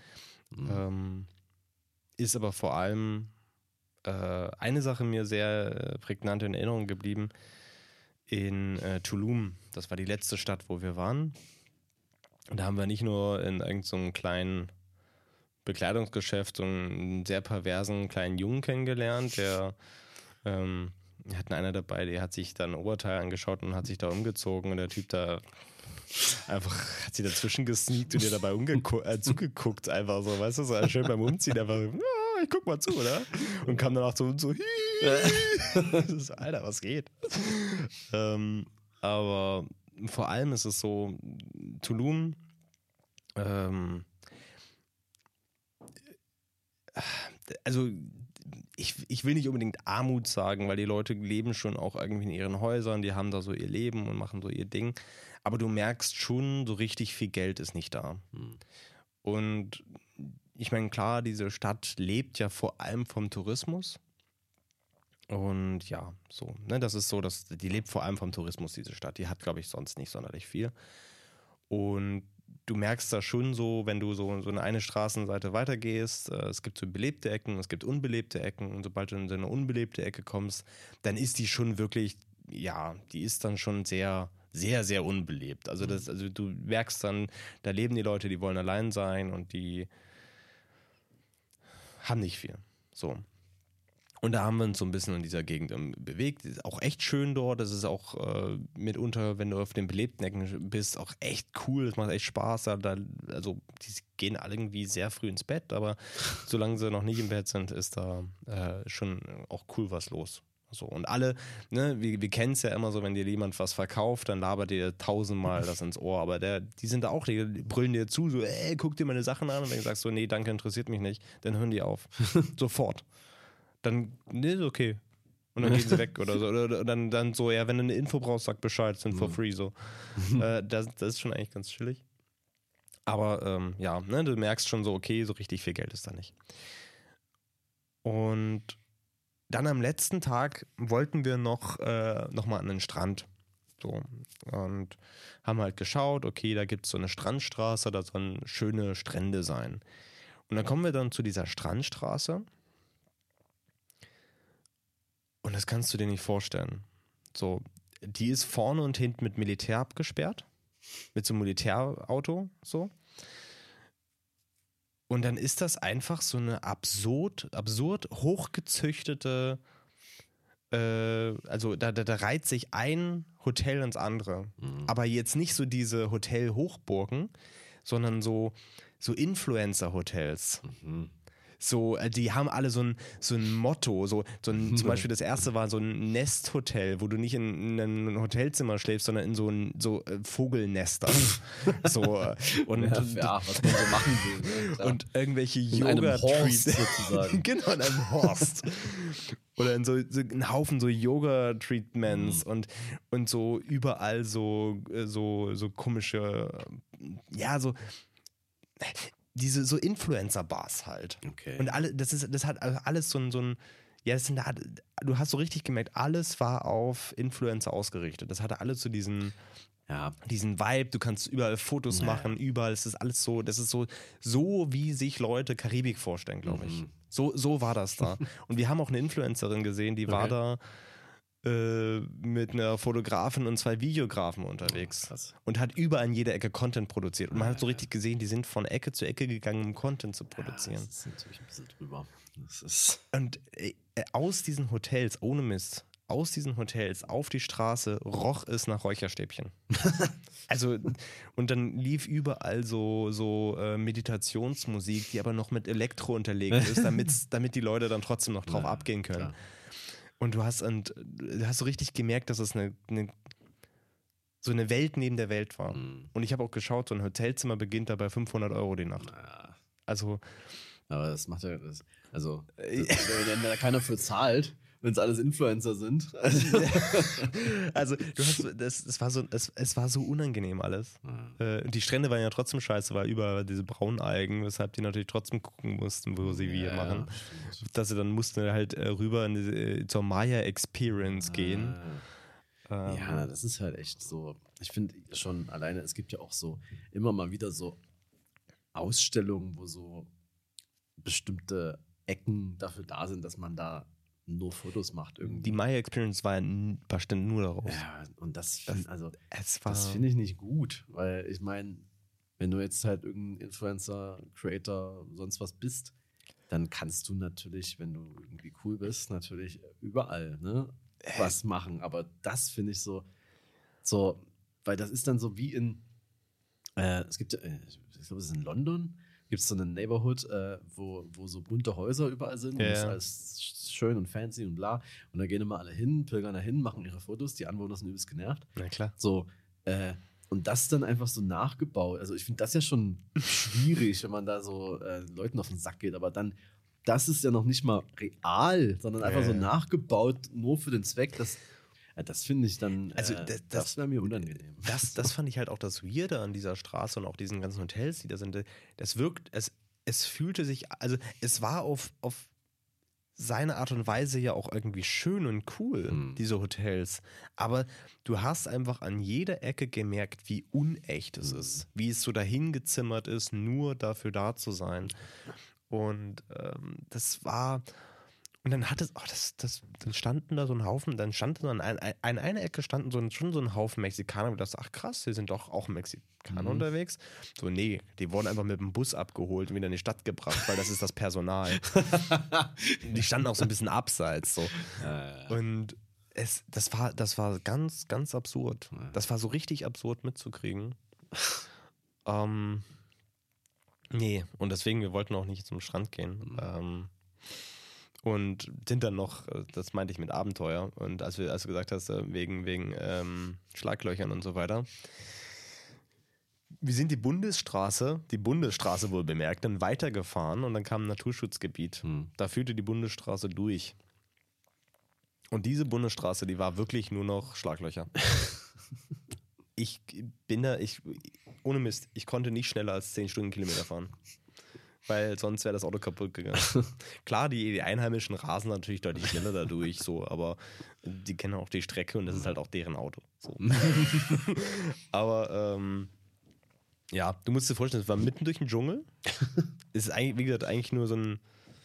Ist aber vor allem eine Sache mir sehr prägnant in Erinnerung geblieben. In Tulum, das war die letzte Stadt, wo wir waren. Und da haben wir nicht nur in irgendeinem kleinen Bekleidungsgeschäft so einen sehr perversen kleinen Jungen kennengelernt, wir hatten einer dabei, der hat sich dann ein Oberteil angeschaut und hat sich da umgezogen und der Typ da einfach hat sich dazwischen gesneakt und dir dabei zugeguckt, einfach so, weißt du, so schön beim Umziehen, einfach, ich guck mal zu, oder? Und kam dann auch so und so, Alter, was geht? Aber vor allem ist es so, Tulum, also ich will nicht unbedingt Armut sagen, weil die Leute leben schon auch irgendwie in ihren Häusern, die haben da so ihr Leben und machen so ihr Ding, aber du merkst schon, so richtig viel Geld ist nicht da. Und ich meine, klar, diese Stadt lebt ja vor allem vom Tourismus. Und ja, so, ne, das ist so, die lebt vor allem vom Tourismus, diese Stadt. Die hat, glaube ich, sonst nicht sonderlich viel. Und du merkst da schon so, wenn du so eine Straßenseite weitergehst, es gibt so belebte Ecken, es gibt unbelebte Ecken. Und sobald du in so eine unbelebte Ecke kommst, dann ist die schon wirklich, ja, die ist dann schon sehr, sehr, sehr unbelebt. Also du merkst dann, da leben die Leute, die wollen allein sein und die haben nicht viel. So. Und da haben wir uns so ein bisschen in dieser Gegend bewegt. Ist auch echt schön dort. Das ist auch mitunter, wenn du auf den belebten Ecken bist, auch echt cool. Das macht echt Spaß. Also die gehen alle irgendwie sehr früh ins Bett, aber solange sie noch nicht im Bett sind, ist da schon auch cool was los. So, und alle, ne, wir kennen es ja immer so, wenn dir jemand was verkauft, dann labert dir 1000-mal das ins Ohr, aber die sind da auch, die brüllen dir zu, so, guck dir meine Sachen an, und wenn du sagst so, nee, danke, interessiert mich nicht, dann hören die auf. Sofort. Dann, nee, ist okay. Und dann gehen sie weg oder so. Oder dann so, ja, wenn du eine Info brauchst, sag Bescheid, sind for free, so. Das ist schon eigentlich ganz chillig. Aber, ja, ne, du merkst schon so, okay, so richtig viel Geld ist da nicht. Und dann am letzten Tag wollten wir noch mal an den Strand. So. Und haben halt geschaut, okay, da gibt es so eine Strandstraße, da sollen schöne Strände sein. Und dann kommen wir dann zu dieser Strandstraße. Und das kannst du dir nicht vorstellen. So, die ist vorne und hinten mit Militär abgesperrt. Mit so einem Militärauto, so. Und dann ist das einfach so eine absurd hochgezüchtete, also da reiht sich ein Hotel ins andere. Aber jetzt nicht so diese Hotel-Hochburgen, sondern so Influencer-Hotels. So, die haben alle so ein Motto, zum Beispiel das erste war so ein Nesthotel, wo du nicht in einem Hotelzimmer schläfst, sondern in so Vogelnester. So, und ja, was man so machen will. Ne? Und irgendwelche Yoga-Treats sozusagen. Genau, in einem Horst. Oder in so ein Haufen so Yoga-Treatments und so überall so komische, ja, so diese so Influencer-Bars halt. Okay. Und das hat alles so ein ja, du hast so richtig gemerkt, alles war auf Influencer ausgerichtet. Das hatte alles so diesen Vibe, du kannst überall Fotos machen, überall, das ist alles so, so wie sich Leute Karibik vorstellen, glaube ich. So war das da. Und wir haben auch eine Influencerin gesehen, die war da mit einer Fotografin und 2 Videografen unterwegs und hat überall in jeder Ecke Content produziert. Und man hat so richtig gesehen, die sind von Ecke zu Ecke gegangen, um Content zu produzieren. Das ist natürlich ein bisschen drüber. Und aus diesen Hotels, ohne Mist, aus diesen Hotels auf die Straße roch es nach Räucherstäbchen. Also, und dann lief überall so Meditationsmusik, die aber noch mit Elektro unterlegt ist, damit die Leute dann trotzdem noch drauf abgehen können. Klar. Und du hast so richtig gemerkt, dass es so eine Welt neben der Welt war. Mhm. Und ich habe auch geschaut, so ein Hotelzimmer beginnt da bei 500 € die Nacht. Ja. Also. Aber das macht ja, wenn da keiner für zahlt, wenn es alles Influencer sind. Also es war so unangenehm alles. Die Strände waren ja trotzdem scheiße, weil überall diese Braunalgen, weshalb die natürlich trotzdem gucken mussten, wo sie wie machen. Dass sie dann mussten halt rüber zur Maya Experience gehen. Ja, das ist halt echt so. Ich finde schon alleine, es gibt ja auch so immer mal wieder so Ausstellungen, wo so bestimmte Ecken dafür da sind, dass man da nur Fotos macht irgendwie. Die Maya Experience bestand nur daraus. Ja, und das finde ich nicht gut, weil ich meine, wenn du jetzt halt irgendein Influencer, Creator, sonst was bist, dann kannst du natürlich, wenn du irgendwie cool bist, natürlich überall was machen. Aber das finde ich so, weil das ist dann so wie es gibt, ich glaube, es ist in London, gibt es so eine Neighborhood, wo so bunte Häuser überall sind und es ist alles schön und fancy und bla. Und da gehen immer alle hin, pilgern da hin, machen ihre Fotos. Die Anwohner sind übelst genervt. Na klar. So, und das dann einfach so nachgebaut. Also ich finde das ja schon schwierig, wenn man da so Leuten auf den Sack geht. Aber dann, das ist ja noch nicht mal real, sondern einfach so nachgebaut, nur für den Zweck, das finde ich dann, also das wäre mir unangenehm. Das fand ich halt auch das Weirde an dieser Straße und auch diesen ganzen Hotels, die da sind. Es fühlte sich, also es war auf seine Art und Weise ja auch irgendwie schön und cool, diese Hotels. Aber du hast einfach an jeder Ecke gemerkt, wie unecht es ist. Wie es so dahin gezimmert ist, nur dafür da zu sein. Und das war... Und dann dann standen da so ein Haufen, dann standen an einer Ecke standen schon so ein Haufen Mexikaner und dachte, ach krass, hier sind doch auch Mexikaner unterwegs. So, nee, die wurden einfach mit dem Bus abgeholt und wieder in die Stadt gebracht, weil das ist das Personal. Die standen auch so ein bisschen abseits. So. Und das war ganz, ganz absurd. Das war so richtig absurd mitzukriegen. Nee, und deswegen, wir wollten auch nicht zum Strand gehen. Und sind dann noch, das meinte ich mit Abenteuer, und als du gesagt hast, wegen Schlaglöchern und so weiter. Wir sind die Bundesstraße wohl bemerkt, dann weitergefahren und dann kam ein Naturschutzgebiet. Da führte die Bundesstraße durch. Und diese Bundesstraße, die war wirklich nur noch Schlaglöcher. Ohne Mist, ich konnte nicht schneller als 10 Stundenkilometer fahren. Weil sonst wäre das Auto kaputt gegangen. Klar, die Einheimischen rasen natürlich deutlich schneller dadurch, so, aber die kennen auch die Strecke und das ist halt auch deren Auto. So. Aber ja, du musst dir vorstellen, es war mitten durch den Dschungel. Es ist eigentlich, wie gesagt, eigentlich nur so ein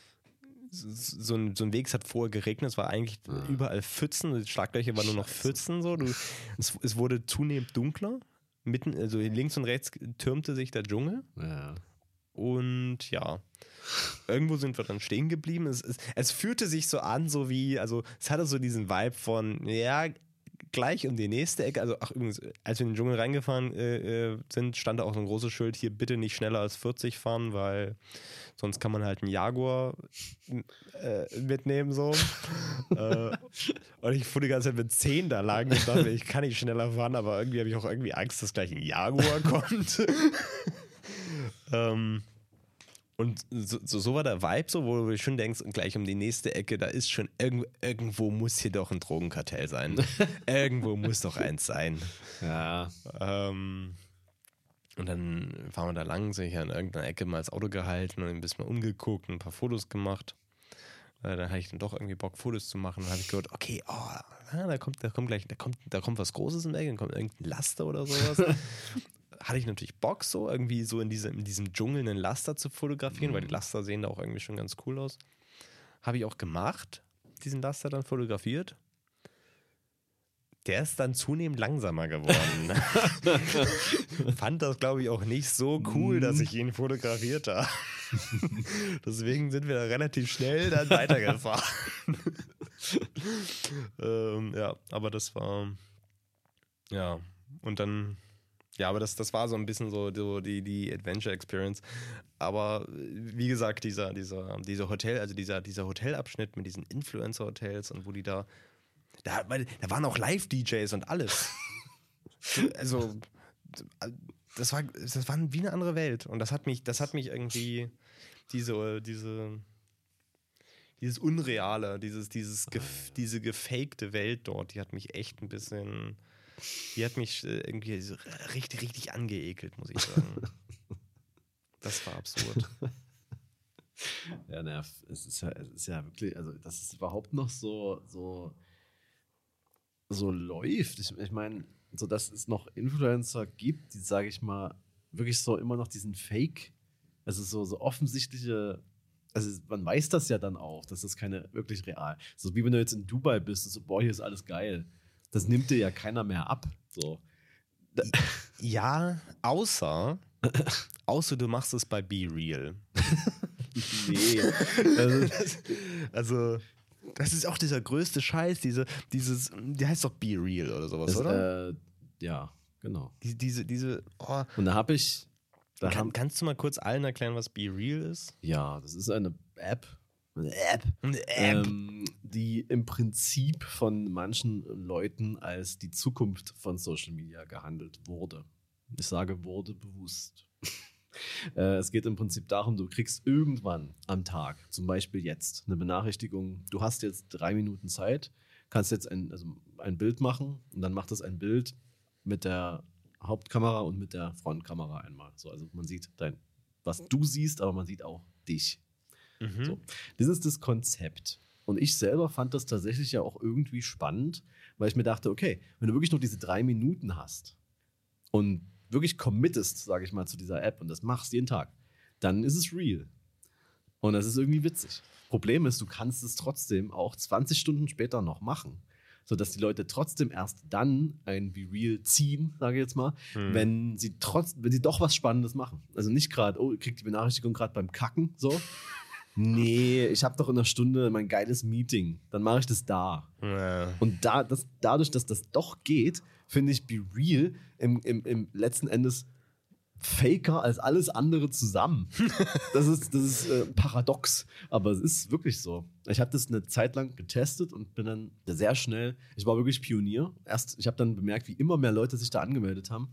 Weg, es hat vorher geregnet, es war eigentlich überall Pfützen, die Schlaglöcher waren nur noch Pfützen. So. Es wurde zunehmend dunkler. Also links und rechts türmte sich der Dschungel. Ja. Und ja, irgendwo sind wir dann stehen geblieben. Es fühlte sich so an, so wie, also es hatte so diesen Vibe von, ja, gleich um die nächste Ecke. Also, ach übrigens, als wir in den Dschungel reingefahren sind, stand da auch so ein großes Schild, hier bitte nicht schneller als 40 fahren, weil sonst kann man halt einen Jaguar mitnehmen, so. Und ich fuhr die ganze Zeit mit 10 da lang und dachte, ich kann nicht schneller fahren, aber irgendwie habe ich auch Angst, dass gleich ein Jaguar kommt. Und so war der Vibe so, wo du schon denkst, gleich um die nächste Ecke, da ist schon irgendwo muss hier doch ein Drogenkartell sein. Irgendwo muss doch eins sein. Ja. Und dann fahren wir da lang, sind hier an irgendeiner Ecke mal das Auto gehalten und ein bisschen mal umgeguckt und ein paar Fotos gemacht. Dann hatte ich dann doch irgendwie Bock, Fotos zu machen. Dann habe ich gehört, okay, da kommt was Großes im Eck, dann kommt irgendein Laster oder sowas. Hatte ich natürlich Bock, so irgendwie so in diesem Dschungel einen Laster zu fotografieren, weil die Laster sehen da auch irgendwie schon ganz cool aus. Habe ich auch gemacht, diesen Laster dann fotografiert. Der ist dann zunehmend langsamer geworden. Fand das, glaube ich, auch nicht so cool, dass ich ihn fotografiert habe. Deswegen sind wir da relativ schnell dann weitergefahren. Ja, aber das war, ja, und dann, ja, aber das war so ein bisschen so die Adventure Experience. Aber wie gesagt, dieser Hotel, also dieser Hotelabschnitt mit diesen Influencer-Hotels und wo die da waren auch Live-DJs und alles. Also, das war wie eine andere Welt. Und das hat mich irgendwie dieses Unreale, diese gefakte Welt dort, die hat mich echt ein bisschen, die hat mich irgendwie so richtig, richtig angeekelt, muss ich sagen. Das war absurd. Ja, naja, es ist ja wirklich, also dass es überhaupt noch so läuft. Ich meine, so dass es noch Influencer gibt, die, sage ich mal, wirklich so immer noch diesen Fake, also so offensichtliche, also man weiß das ja dann auch, dass das keine wirklich real, so wie wenn du jetzt in Dubai bist und so, boah, hier ist alles geil. Das nimmt dir ja keiner mehr ab. So. Ja, außer du machst es bei Be Real. Nee. Also das ist auch dieser größte Scheiß, die heißt doch Be Real oder sowas, oder? Ja, genau. Oh. Und da habe ich... Kannst du mal kurz allen erklären, was Be Real ist? Ja, das ist eine App, die im Prinzip von manchen Leuten als die Zukunft von Social Media gehandelt wurde. Ich sage wurde bewusst. Es geht im Prinzip darum, du kriegst irgendwann am Tag, zum Beispiel jetzt, eine Benachrichtigung, du hast jetzt 3 Minuten Zeit, kannst jetzt ein Bild machen und dann macht das ein Bild mit der Hauptkamera und mit der Frontkamera einmal. So, also man sieht was du siehst, aber man sieht auch dich. Mhm. So. Das ist das Konzept. Und ich selber fand das tatsächlich ja auch irgendwie spannend, weil ich mir dachte, okay, wenn du wirklich nur diese 3 Minuten hast und wirklich committest, sage ich mal, zu dieser App und das machst jeden Tag, dann ist es real. Und das ist irgendwie witzig. Problem ist, du kannst es trotzdem auch 20 Stunden später noch machen, sodass die Leute trotzdem erst dann ein Be Real ziehen, sage ich jetzt mal, wenn sie doch was Spannendes machen. Also nicht gerade, oh, ich krieg die Benachrichtigung gerade beim Kacken, so. Nee, ich habe doch in einer Stunde mein geiles Meeting. Dann mache ich das da. Ja. Und dadurch, dass das doch geht, finde ich Be Real im letzten Endes faker als alles andere zusammen. Das ist paradox, aber es ist wirklich so. Ich habe das eine Zeit lang getestet und bin dann sehr schnell, ich war wirklich Pionier. Ich habe dann bemerkt, wie immer mehr Leute sich da angemeldet haben.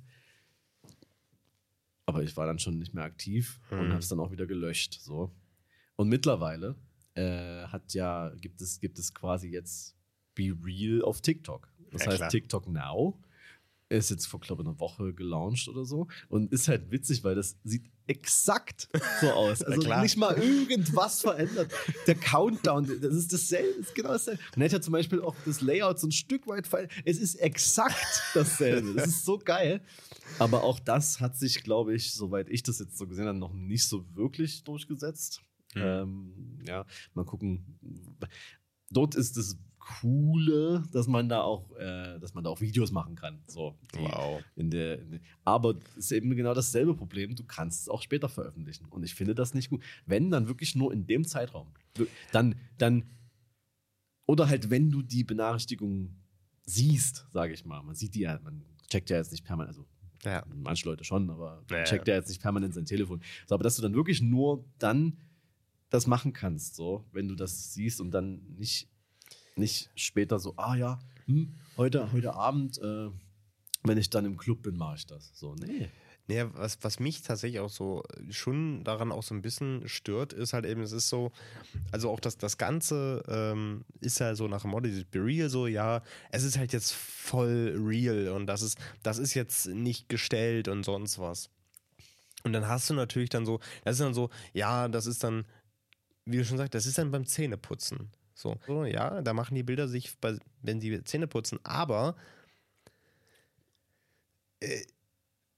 Aber ich war dann schon nicht mehr aktiv und habe es dann auch wieder gelöscht. So. Und mittlerweile gibt es quasi jetzt Be Real auf TikTok. Das heißt, klar. TikTok Now ist jetzt vor, glaube ich, einer Woche gelauncht oder so. Und ist halt witzig, weil das sieht exakt so aus. Also nicht mal irgendwas verändert. Der Countdown, das ist dasselbe, ist genau dasselbe. Und er hat ja zum Beispiel auch das Layout so ein Stück weit verändert. Es ist exakt dasselbe. Das ist so geil. Aber auch das hat sich, glaube ich, soweit ich das jetzt so gesehen habe, noch nicht so wirklich durchgesetzt. Ja, mal gucken. Dort ist das Coole, dass man da auch Videos machen kann. So, wow. Aber es ist eben genau dasselbe Problem. Du kannst es auch später veröffentlichen. Und ich finde das nicht gut. Wenn, dann wirklich nur in dem Zeitraum. Dann oder halt, wenn du die Benachrichtigung siehst, sage ich mal. Man sieht die ja, man checkt ja jetzt nicht permanent, also ja. Manche Leute schon, aber man checkt ja jetzt nicht permanent sein Telefon. So, aber dass du dann wirklich nur dann das machen kannst, so, wenn du das siehst und dann nicht später so, heute Abend, wenn ich dann im Club bin, mache ich das. So, nee. Nee, was mich tatsächlich auch so schon daran auch so ein bisschen stört, ist halt eben, es ist so, also auch das Ganze ist ja so nach dem Motto, dieses Be Real so, ja, es ist halt jetzt voll real und das ist jetzt nicht gestellt und sonst was. Und dann hast du natürlich dann so, das ist dann so, ja, das ist dann, wie du schon sagst, das ist dann beim Zähneputzen. So, ja, da machen die Bilder sich, wenn sie Zähne putzen, aber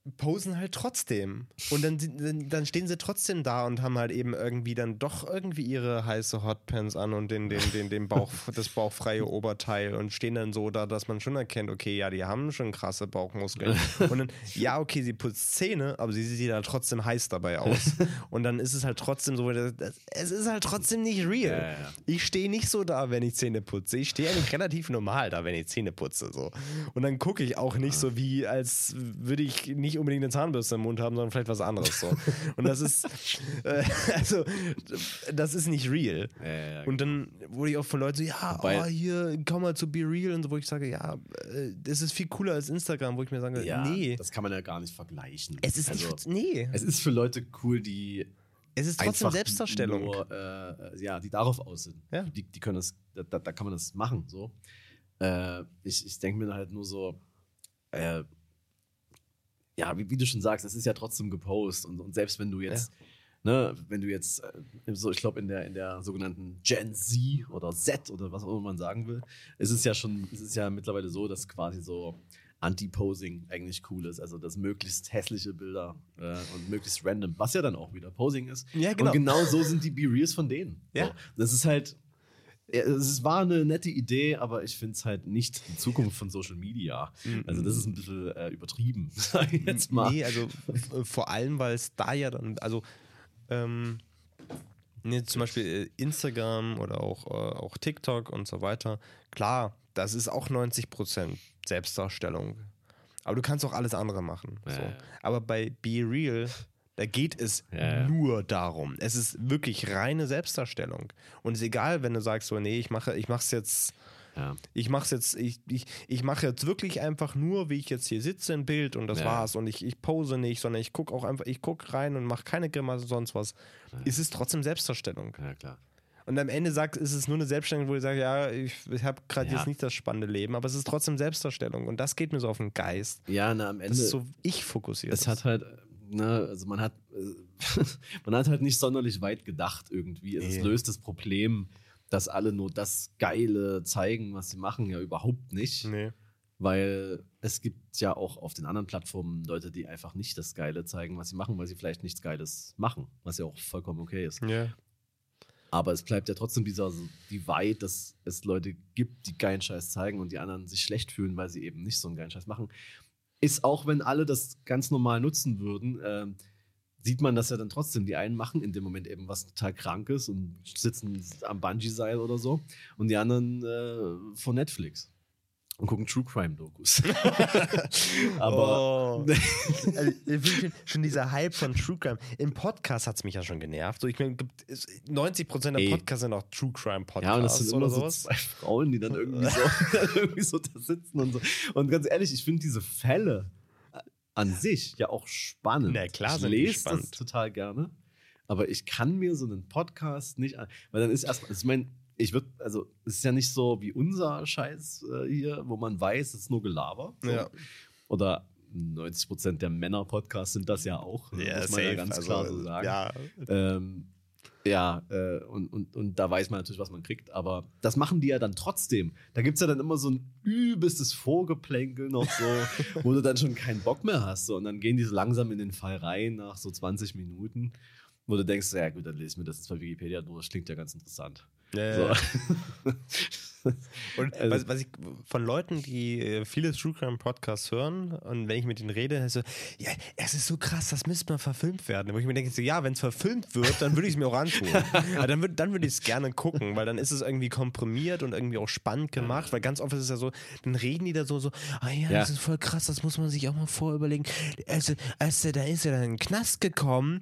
posen halt trotzdem. Und dann stehen sie trotzdem da und haben halt eben irgendwie dann doch irgendwie ihre heiße Hotpants an und den Bauch, das bauchfreie Oberteil und stehen dann so da, dass man schon erkennt, okay, ja, die haben schon krasse Bauchmuskeln. Und dann, ja, okay, sie putzt Zähne, aber sie sieht halt trotzdem heiß dabei aus. Und dann ist es halt trotzdem so, es ist halt trotzdem nicht real. Ja. Ich stehe nicht so da, wenn ich Zähne putze. Ich stehe eigentlich relativ normal da, wenn ich Zähne putze. So. Und dann gucke ich auch nicht so wie, als würde ich nicht unbedingt eine Zahnbürste im Mund haben, sondern vielleicht was anderes. So. Und das ist, das ist nicht real. Ja, und dann wurde ich auch von Leuten so, ja, hier, komm mal zu Be Real und so, wo ich sage, ja, das ist viel cooler als Instagram, wo ich mir sage, nee. Das kann man ja gar nicht vergleichen. Es ist nicht, nee. Es ist für Leute cool, die es ist trotzdem Selbstdarstellung. Nur, die darauf aus sind. Ja. Die können das, da kann man das machen. So. Ich denke mir halt nur so, ja, wie du schon sagst, es ist ja trotzdem gepostet und selbst wenn du jetzt, wenn du jetzt, so ich glaube in der sogenannten Gen Z oder Z oder was auch immer man sagen will, es ist ja mittlerweile so, dass quasi so Anti-Posing eigentlich cool ist, also dass möglichst hässliche Bilder und möglichst random, was ja dann auch wieder Posing ist. Ja, genau. Und genau so sind die Be-Reals von denen. Ja. So. Das ist halt, es war eine nette Idee, aber ich finde es halt nicht die Zukunft von Social Media. Also das ist ein bisschen übertrieben, sag ich jetzt mal. Nee, also vor allem, weil es da ja dann, also zum Beispiel Instagram oder auch TikTok und so weiter, klar, das ist auch 90% Selbstdarstellung. Aber du kannst auch alles andere machen. Ja. So. Aber bei Be Real, da geht es nur darum. Es ist wirklich reine Selbstdarstellung. Und es ist egal, wenn du sagst so, nee, ich mache jetzt wirklich einfach nur, wie ich jetzt hier sitze im Bild und das war's. Und ich pose nicht, sondern ich gucke rein und mache keine Grimasse, sonst was. Ja. Es ist trotzdem Selbstdarstellung. Ja, klar. Und am Ende ist es nur eine Selbstdarstellung, wo ich sage, ja, ich habe gerade jetzt nicht das spannende Leben, aber es ist trotzdem Selbstdarstellung. Und das geht mir so auf den Geist. Ja, am Ende. Das ist so ich fokussiert. Es hat halt, also man hat halt nicht sonderlich weit gedacht irgendwie. Es löst das Problem, dass alle nur das Geile zeigen, was sie machen, ja überhaupt nicht. Nee. Weil es gibt ja auch auf den anderen Plattformen Leute, die einfach nicht das Geile zeigen, was sie machen, weil sie vielleicht nichts Geiles machen, was ja auch vollkommen okay ist. Ja. Aber es bleibt ja trotzdem Divide, dass es Leute gibt, die geilen Scheiß zeigen und die anderen sich schlecht fühlen, weil sie eben nicht so einen geilen Scheiß machen. Ist auch, wenn alle das ganz normal nutzen würden, sieht man das ja dann trotzdem. Die einen machen in dem Moment eben was total Krankes und sitzen am Bungee-Seil oder so und die anderen vor Netflix und gucken True-Crime-Dokus. Aber schon dieser Hype von True Crime. Im Podcast hat es mich ja schon genervt. So, 90% der Podcasts sind auch True Crime-Podcasts. Ja, und das sind immer so zwei Frauen, die dann irgendwie so da sitzen und so. Und ganz ehrlich, ich finde diese Fälle an sich ja auch spannend. Na klar, ich lese das total gerne, aber ich kann mir so einen Podcast nicht weil dann ist erstmal, ich meine, es ist ja nicht so wie unser Scheiß hier, wo man weiß, es ist nur Gelaber. So. Ja. Oder 90% der Männer-Podcasts sind das ja auch. Ja, muss man ja ganz klar so sagen. Ja. Und da weiß man natürlich, was man kriegt, aber das machen die ja dann trotzdem. Da gibt es ja dann immer so ein übelstes Vorgeplänkel noch so, wo du dann schon keinen Bock mehr hast. So. Und dann gehen die so langsam in den Fall rein nach so 20 Minuten, wo du denkst, ja gut, dann lese ich mir das jetzt bei Wikipedia durch, das klingt ja ganz interessant. Ja. So. Und was ich von Leuten, die viele True Crime Podcasts hören und wenn ich mit denen rede, so, ja, es ist so krass, das müsste mal verfilmt werden. Wo ich mir denke, so, ja, wenn es verfilmt wird, dann würde ich es mir auch antun. Ja, dann würde ich es gerne gucken, weil dann ist es irgendwie komprimiert und irgendwie auch spannend gemacht, weil ganz oft ist es ja so, dann reden die da so, das ist voll krass, das muss man sich auch mal vorüberlegen. Da ist er dann in den Knast gekommen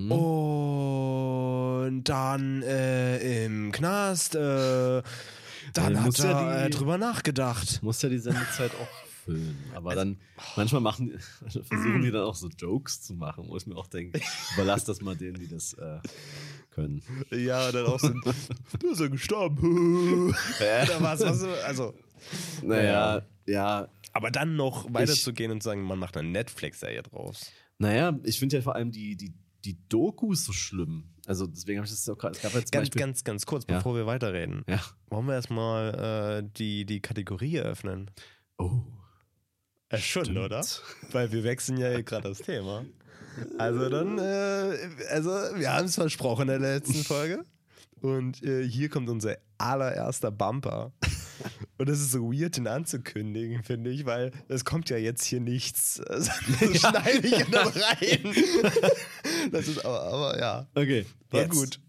und dann im Knast dann hat er drüber nachgedacht. Muss ja die Sendezeit auch füllen. Aber dann, manchmal versuchen die dann auch so Jokes zu machen, wo ich mir auch denke, überlass das mal denen, die das können. Ja, dann auch so, du bist ja gestorben. Oder was? Also. Naja, ja. Aber dann noch weiterzugehen und zu sagen, man macht eine Netflix-Serie draus. Naja, ich finde ja vor allem die Dokus so schlimm. Also deswegen habe ich das auch gerade. Ganz kurz, bevor wir weiterreden. Ja. Wollen wir erstmal die Kategorie eröffnen? Oh. Schon, oder? Weil wir wechseln ja gerade das Thema. Also dann, wir haben es versprochen in der letzten Folge. Und hier kommt unser allererster Bumper. Und das ist so weird, den anzukündigen, finde ich, weil es kommt ja jetzt hier nichts. Das schneide ich dann rein. Das ist aber ja. Okay, war jetzt. Gut.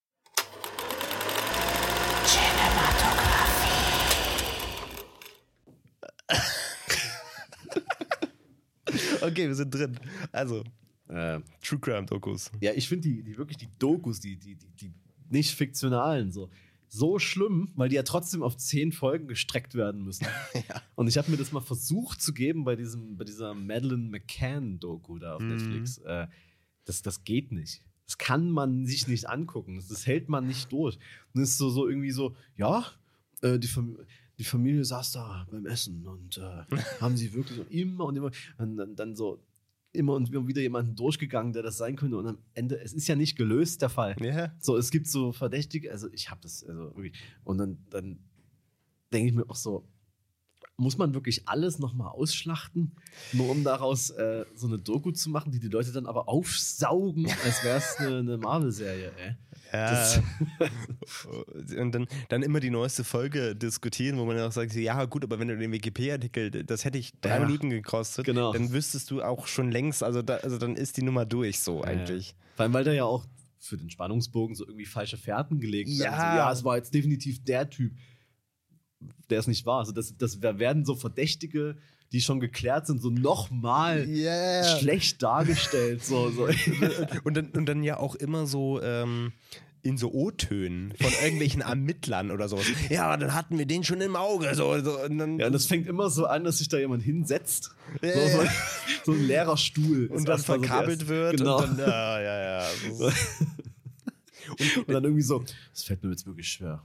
Okay, wir sind drin. Also, True Crime Dokus. Ja, ich finde die wirklich die Dokus, die nicht fiktionalen, so schlimm, weil die ja trotzdem auf 10 Folgen gestreckt werden müssen. Ja. Und ich habe mir das mal versucht zu geben bei dieser Madeleine McCann-Doku da auf Netflix. Das geht nicht. Das kann man sich nicht angucken. Das hält man nicht durch. Und es ist so irgendwie so, ja, die Familie saß da beim Essen und haben sie wirklich immer und immer und dann so immer und wieder jemanden durchgegangen, der das sein könnte. Und am Ende, es ist ja nicht gelöst, der Fall. Yeah. So, es gibt so Verdächtige, also ich habe das, also irgendwie. Und dann denke ich mir auch so, muss man wirklich alles nochmal ausschlachten, nur um daraus so eine Doku zu machen, die Leute dann aber aufsaugen, als wäre es eine Marvel-Serie, ey. Ja. Und dann immer die neueste Folge diskutieren, wo man dann auch sagt, ja gut, aber wenn du den Wikipedia-Artikel, das hätte ich 3 Minuten gekostet, genau. Dann wüsstest du auch schon längst, also dann ist die Nummer durch so eigentlich. Vor allem, weil da ja auch für den Spannungsbogen so irgendwie falsche Fährten gelegt werden. Ja, es war jetzt definitiv der Typ, der es nicht war. Also das werden so Verdächtige, die schon geklärt sind, so nochmal schlecht dargestellt. So. Und dann ja auch immer so in so O-Tönen von irgendwelchen Ermittlern oder sowas. Ja, dann hatten wir den schon im Auge. So, und dann, und das fängt immer so an, dass sich da jemand hinsetzt. So ein leerer Stuhl. Und dann verkabelt wird. Genau. Und dann, und dann irgendwie so, das fällt mir jetzt wirklich schwer.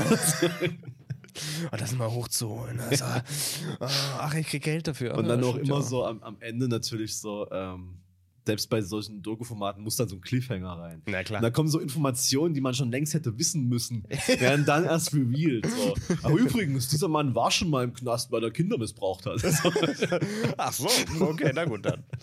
Das mal hochzuholen. Also, ach, ich krieg Geld dafür. Und dann auch immer so am Ende natürlich so, selbst bei solchen Doku-Formaten muss dann so ein Cliffhanger rein. Na klar. Und da kommen so Informationen, die man schon längst hätte wissen müssen, werden dann erst revealed. So. Aber übrigens, dieser Mann war schon mal im Knast, weil er Kinder missbraucht hat. Ach so, okay, na gut dann.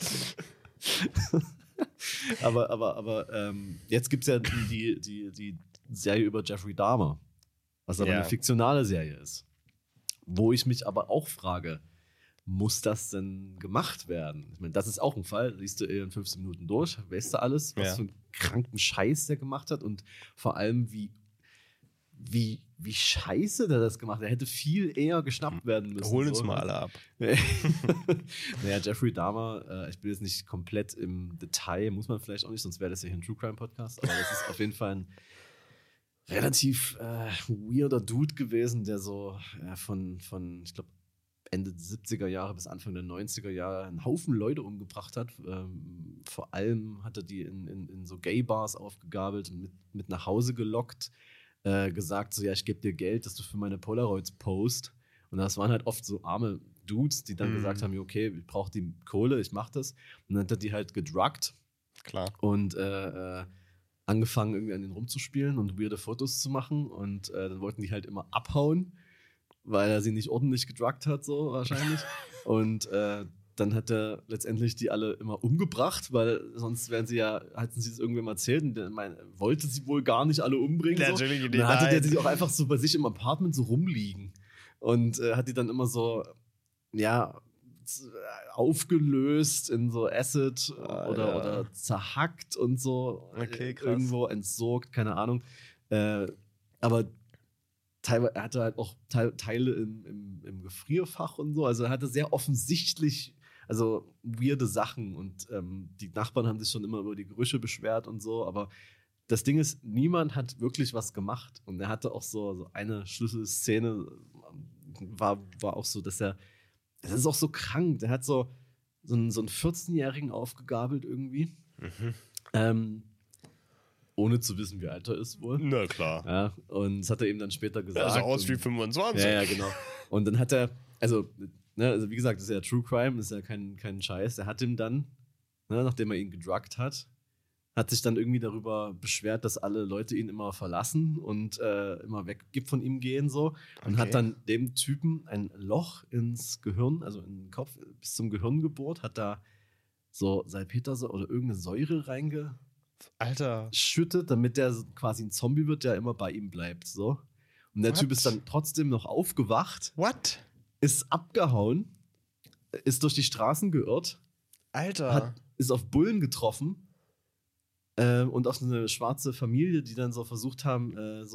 aber jetzt gibt es ja die Serie über Jeffrey Dahmer, was aber eine fiktionale Serie ist. Wo ich mich aber auch frage, muss das denn gemacht werden? Ich meine, das ist auch ein Fall, liest du in 15 Minuten durch, weißt du alles, was für einen kranken Scheiß der gemacht hat und vor allem, wie scheiße der das gemacht hat. Er hätte viel eher geschnappt werden müssen. Holen uns mal alle ab. Naja, Jeffrey Dahmer, ich bin jetzt nicht komplett im Detail, muss man vielleicht auch nicht, sonst wäre das ja hier ein True Crime Podcast, aber das ist auf jeden Fall ein relativ weirder Dude gewesen, der so von ich glaube, Ende der 70er Jahre bis Anfang der 90er Jahre einen Haufen Leute umgebracht hat. Vor allem hat er die in so Gay-Bars aufgegabelt und mit nach Hause gelockt, gesagt so, ja, ich gebe dir Geld, dass du für meine Polaroids post. Und das waren halt oft so arme Dudes, die dann gesagt haben, okay, ich brauche die Kohle, ich mach das. Und dann hat er die halt gedruckt. Klar. Und angefangen, irgendwie an den rumzuspielen und weirde Fotos zu machen. Und dann wollten die halt immer abhauen, weil er sie nicht ordentlich gedruckt hat, so wahrscheinlich. Und dann hat er letztendlich die alle immer umgebracht, weil sonst hätten sie es irgendwem erzählt und der wollte sie wohl gar nicht alle umbringen. So. Und dann hatte der sie auch einfach so bei sich im Apartment so rumliegen und hat die dann immer so, aufgelöst in so Acid oder zerhackt und so. Okay, krass. Irgendwo entsorgt, keine Ahnung. Aber teilweise, er hatte halt auch Teile im Gefrierfach und so. Also er hatte sehr offensichtlich weirde Sachen und die Nachbarn haben sich schon immer über die Gerüche beschwert und so. Aber das Ding ist, niemand hat wirklich was gemacht. Und er hatte auch so eine Schlüsselszene, war auch so, dass das ist auch so krank. Der hat so einen 14-Jährigen aufgegabelt irgendwie. Ohne zu wissen, wie alt er ist wohl. Na klar. Ja, und das hat er ihm dann später gesagt. Also aus wie 25. Ja, genau. Und dann hat er, also wie gesagt, das ist ja True Crime, das ist ja kein Scheiß. Er hat ihm dann, nachdem er ihn gedruckt hat hat sich dann irgendwie darüber beschwert, dass alle Leute ihn immer verlassen und immer weggibt von ihm gehen so. Und hat dann dem Typen ein Loch ins Gehirn, also in den Kopf bis zum Gehirn gebohrt, hat da so Salpetersäure oder irgendeine Säure schüttet, damit der quasi ein Zombie wird, der immer bei ihm bleibt. So. Und der Typ ist dann trotzdem noch aufgewacht. What? Ist abgehauen, ist durch die Straßen geirrt. Alter. Ist auf Bullen getroffen und auf eine schwarze Familie, die dann so versucht haben,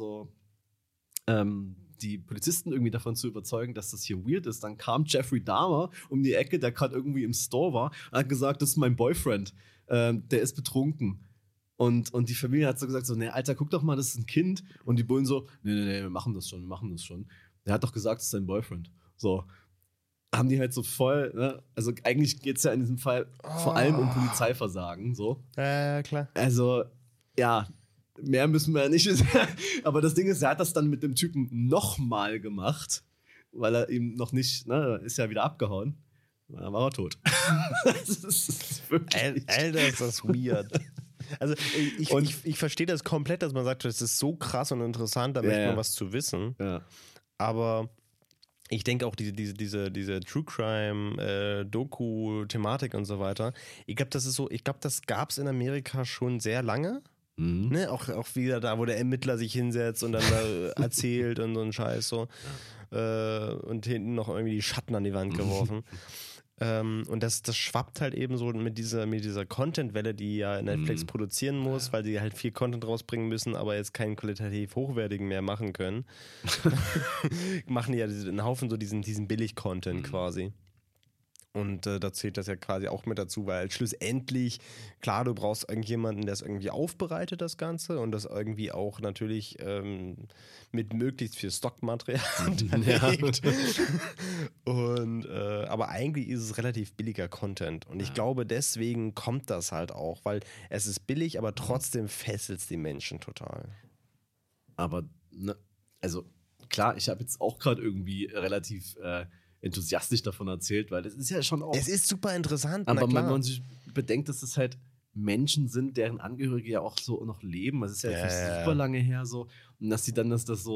die Polizisten irgendwie davon zu überzeugen, dass das hier weird ist. Dann kam Jeffrey Dahmer um die Ecke, der gerade irgendwie im Store war, und hat gesagt, das ist mein Boyfriend, der ist betrunken. Und die Familie hat so gesagt, so, nee, Alter, guck doch mal, das ist ein Kind. Und die Bullen so, nee, wir machen das schon. Der hat doch gesagt, das ist sein Boyfriend. So, haben die halt so voll, ne? Also eigentlich geht es ja in diesem Fall vor allem um Polizeiversagen, so. Klar. Also, ja, mehr müssen wir ja nicht wissen. Aber das Ding ist, er hat das dann mit dem Typen nochmal gemacht, weil er ihm noch nicht, ne, ist ja wieder abgehauen. Dann war er tot. Das ist wirklich Alter, ist das weird. Also ich verstehe das komplett, dass man sagt, das ist so krass und interessant, da möchte man was zu wissen. Ja. Aber ich denke auch diese True Crime Doku-Thematik und so weiter, ich glaube, das gab es in Amerika schon sehr lange. Mhm. Ne? Auch wieder da, wo der Ermittler sich hinsetzt und dann da erzählt und so ein Scheiß so. Ja. Und hinten noch irgendwie die Schatten an die Wand geworfen. Und das schwappt halt eben so mit dieser Content-Welle, die ja Netflix produzieren muss, weil sie halt viel Content rausbringen müssen, aber jetzt keinen qualitativ hochwertigen mehr machen können. Machen die ja einen Haufen so diesen Billig-Content quasi. Und da zählt das ja quasi auch mit dazu, weil schlussendlich, klar, du brauchst irgendjemanden, der es irgendwie aufbereitet, das Ganze, und das irgendwie auch natürlich mit möglichst viel Stockmaterial hinterlegt. Und aber eigentlich ist es relativ billiger Content. Und ich glaube, deswegen kommt das halt auch, weil es ist billig, aber trotzdem fesselt es die Menschen total. Aber, ne, also klar, ich habe jetzt auch gerade irgendwie relativ enthusiastisch davon erzählt, weil das ist ja schon auch... Es ist super interessant, aber wenn man sich bedenkt, dass es halt Menschen sind, deren Angehörige ja auch so noch leben, das ist ja jetzt nicht super lange her so, und dass sie dann, dass das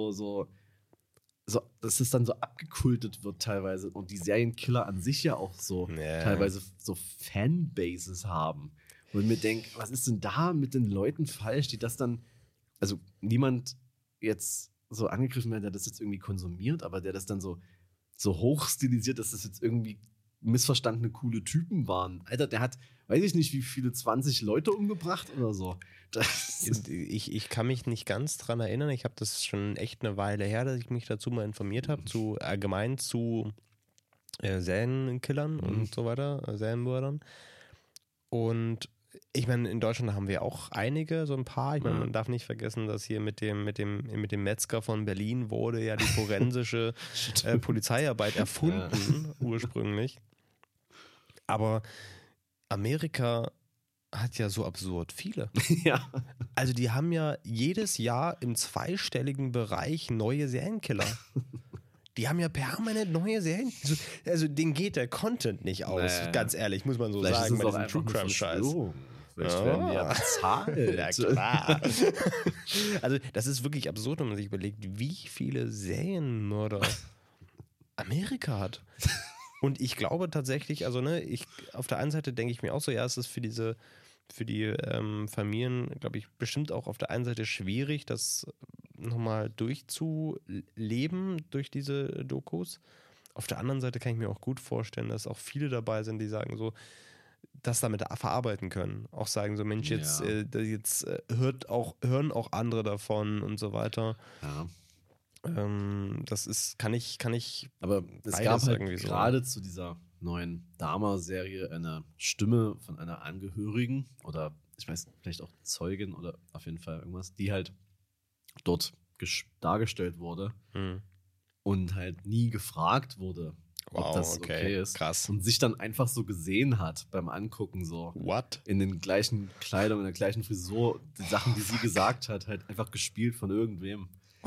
dass es dann so abgekultet wird teilweise und die Serienkiller an sich ja auch so teilweise so Fanbases haben. Und ich mir denke, was ist denn da mit den Leuten falsch, die das dann, also niemand jetzt so angegriffen wird, der das jetzt irgendwie konsumiert, aber der das dann so hochstilisiert, dass das jetzt irgendwie missverstandene, coole Typen waren. Alter, der hat, weiß ich nicht, wie viele 20 Leute umgebracht oder so. Ich kann mich nicht ganz dran erinnern. Ich habe das schon echt eine Weile her, dass ich mich dazu mal informiert habe, allgemein zu Serienkillern und so weiter, Serienmördern. Und ich meine, in Deutschland haben wir auch einige, so ein paar. Ich meine, man darf nicht vergessen, dass hier mit dem Metzger von Berlin wurde ja die forensische Polizeiarbeit erfunden, ursprünglich. Aber Amerika hat ja so absurd viele. Ja. Also die haben ja jedes Jahr im zweistelligen Bereich neue Serienkiller. Die haben ja permanent neue Serien. Also denen geht der Content nicht aus, ganz ehrlich, muss man so sagen, bei diesem True Crime Scheiß. Vielleicht werden die ja bezahlt. Ja, klar. Also das ist wirklich absurd, wenn man sich überlegt, wie viele Serienmörder Amerika hat. Und ich glaube tatsächlich, also auf der einen Seite denke ich mir auch so, ja, es ist für die Familien, glaube ich, bestimmt auch auf der einen Seite schwierig, das nochmal durchzuleben durch diese Dokus. Auf der anderen Seite kann ich mir auch gut vorstellen, dass auch viele dabei sind, die sagen so, das damit verarbeiten können. Auch sagen so, Mensch, jetzt hören auch andere davon und so weiter. Ja. Das kann ich. Aber es gab halt gerade zu dieser neuen Dahmer-Serie eine Stimme von einer Angehörigen oder ich weiß, vielleicht auch Zeugin oder auf jeden Fall irgendwas, die halt dort dargestellt wurde und halt nie gefragt wurde, ob das okay ist. Krass. Und sich dann einfach so gesehen hat beim Angucken so. What? In den gleichen Kleidung, in der gleichen Frisur, die Sachen, die sie gesagt hat, halt einfach gespielt von irgendwem. What?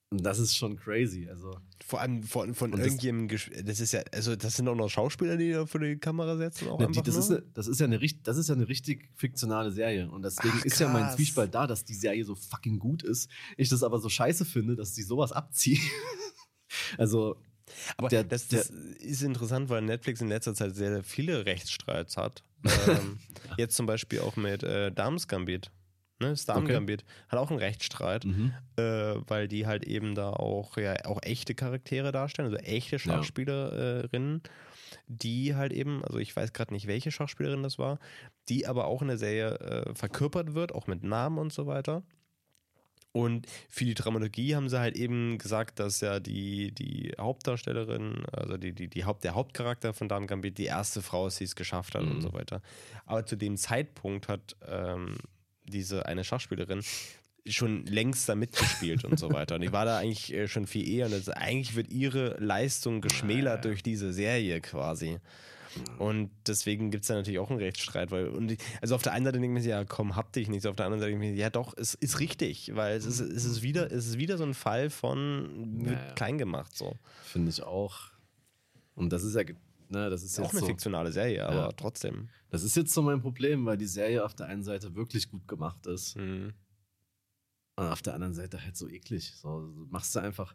Und das ist schon crazy. Also. Vor allem von irgendjemandem, das ist ja, also das sind auch noch Schauspieler, die da vor die Kamera setzen. Auch das ist ja eine richtig fiktionale Serie. Und deswegen ist ja mein Zwiespalt da, dass die Serie so fucking gut ist. Ich das aber so scheiße finde, dass die sowas abziehen. Also. Aber das ist interessant, weil Netflix in letzter Zeit sehr, sehr viele Rechtsstreits hat. Jetzt zum Beispiel auch mit Dames Gambit. Ne, das Damen-Gambit hat auch einen Rechtsstreit, weil die halt eben da auch echte Charaktere darstellen, also echte Schauspielerinnen, die halt eben, also ich weiß gerade nicht, welche Schauspielerin das war, die aber auch in der Serie verkörpert wird, auch mit Namen und so weiter. Und für die Dramaturgie haben sie halt eben gesagt, dass ja die Hauptdarstellerin, also der Hauptcharakter von Damen Gambit die erste Frau ist, die es geschafft hat und so weiter. Aber zu dem Zeitpunkt hat diese eine Schauspielerin schon längst da mitgespielt und so weiter. Und die war da eigentlich schon viel eher. Und eigentlich wird ihre Leistung geschmälert durch diese Serie quasi. Und deswegen gibt es da natürlich auch einen Rechtsstreit. Also auf der einen Seite denke ich mir, ja komm, hab dich nicht. Auf der anderen Seite denke ich mir, ja doch, es ist richtig. Weil es ist wieder so ein Fall von wird klein gemacht. So. Finde ich auch. Und das ist ja... das ist auch jetzt eine fiktionale Serie, aber trotzdem. Das ist jetzt so mein Problem, weil die Serie auf der einen Seite wirklich gut gemacht ist. Und auf der anderen Seite halt so eklig. So machst du einfach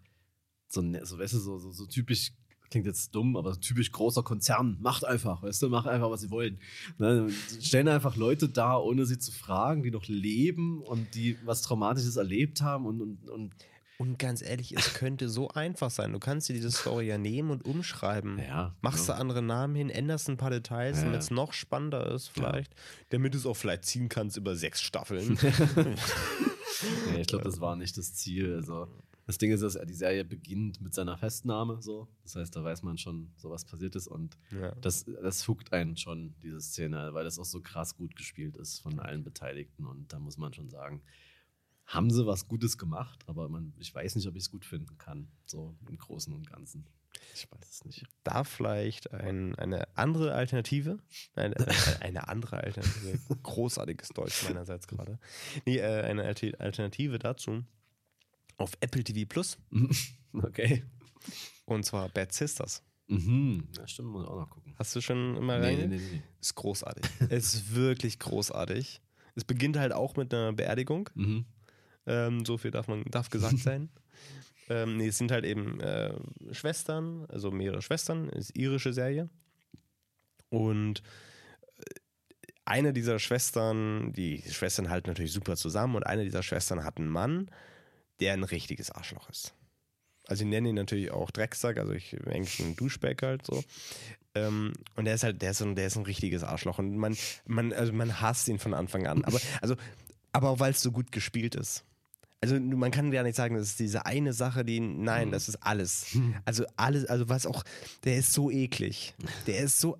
so typisch, klingt jetzt dumm, aber so typisch großer Konzern. Macht einfach, mach einfach, was sie wollen. Stellen einfach Leute da, ohne sie zu fragen, die noch leben und die was Traumatisches erlebt haben Und ganz ehrlich, es könnte so einfach sein. Du kannst dir diese Story ja nehmen und umschreiben. Machst du andere Namen hin, änderst ein paar Details, damit es noch spannender ist vielleicht. Damit du es auch vielleicht ziehen kannst über 6 Staffeln. Ich glaube, das war nicht das Ziel. Also, das Ding ist, dass die Serie beginnt mit seiner Festnahme. So. Das heißt, da weiß man schon, so was passiert ist. Und das huckt einen schon, diese Szene, weil das auch so krass gut gespielt ist von allen Beteiligten. Und da muss man schon sagen, haben sie was Gutes gemacht, aber ich weiß nicht, ob ich es gut finden kann, so im Großen und Ganzen. Ich weiß es nicht. Da vielleicht eine andere Alternative, eine andere Alternative, großartiges Deutsch meinerseits gerade, eine Alternative dazu auf Apple TV Plus. Okay. Und zwar Bad Sisters. Ja, stimmt, muss ich auch noch gucken. Hast du schon immer rein? Nee. Ist großartig. Es ist wirklich großartig. Es beginnt halt auch mit einer Beerdigung. So viel darf gesagt sein. Es sind halt eben Schwestern, also mehrere Schwestern, ist irische Serie. Und eine dieser Schwestern, die Schwestern halten natürlich super zusammen, und eine dieser Schwestern hat einen Mann, der ein richtiges Arschloch ist. Also ich nenne ihn natürlich auch Drecksack, also eigentlich ein Duschback halt so. Und der ist ein richtiges Arschloch. Und man hasst ihn von Anfang an. Aber auch weil es so gut gespielt ist. Also man kann ja nicht sagen, das ist diese eine Sache, das ist alles. Also was auch, der ist so eklig. Der ist so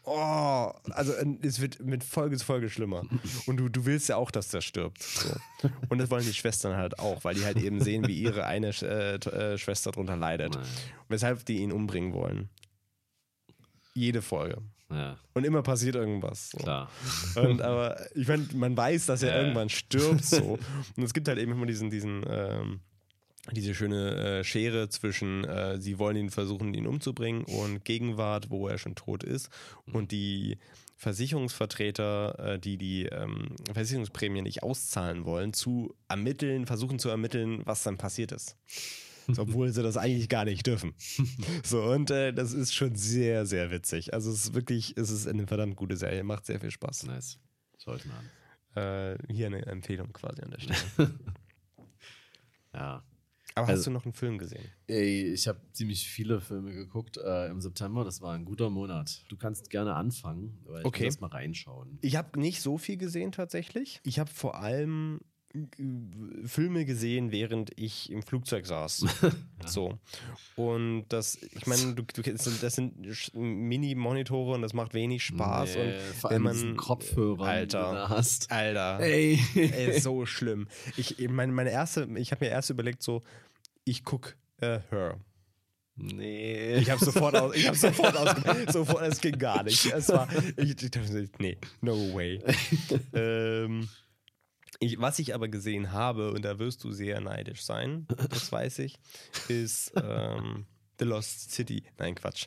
es wird mit Folge zu Folge schlimmer. Und du willst ja auch, dass der stirbt. So. Und das wollen die Schwestern halt auch, weil die halt eben sehen, wie ihre eine Schwester drunter leidet. Weshalb die ihn umbringen wollen. Jede Folge. Ja. Und immer passiert irgendwas. So. Klar. Aber ich meine, man weiß, dass er irgendwann stirbt. So. Und es gibt halt eben immer diese schöne Schere zwischen, sie wollen ihn versuchen, ihn umzubringen, und Gegenwart, wo er schon tot ist. Und die Versicherungsvertreter, die Versicherungsprämien nicht auszahlen wollen, versuchen zu ermitteln, was dann passiert ist. So, obwohl sie das eigentlich gar nicht dürfen. So, und das ist schon sehr, sehr witzig. Also es ist eine verdammt gute Serie, macht sehr viel Spaß. Nice. Schau ich mal an. Hier eine Empfehlung quasi an der Stelle. Ja. Aber hast du noch einen Film gesehen? Ich habe ziemlich viele Filme geguckt im September. Das war ein guter Monat. Du kannst gerne anfangen, weil ich will erst mal reinschauen. Ich habe nicht so viel gesehen tatsächlich. Ich habe vor allem Filme gesehen, während ich im Flugzeug saß. So. Und das sind Mini-Monitore und das macht wenig Spaß. Und vor allem wenn man Kopfhörer hast. Alter. Ey, so schlimm. Ich habe mir erst überlegt, so, ich gucke Her. Nee. Ich habe sofort ausgemacht. Es ging gar nicht. Ich dachte, nee, no way. Was ich aber gesehen habe, und da wirst du sehr neidisch sein, das weiß ich, ist The Lost City. Nein, Quatsch.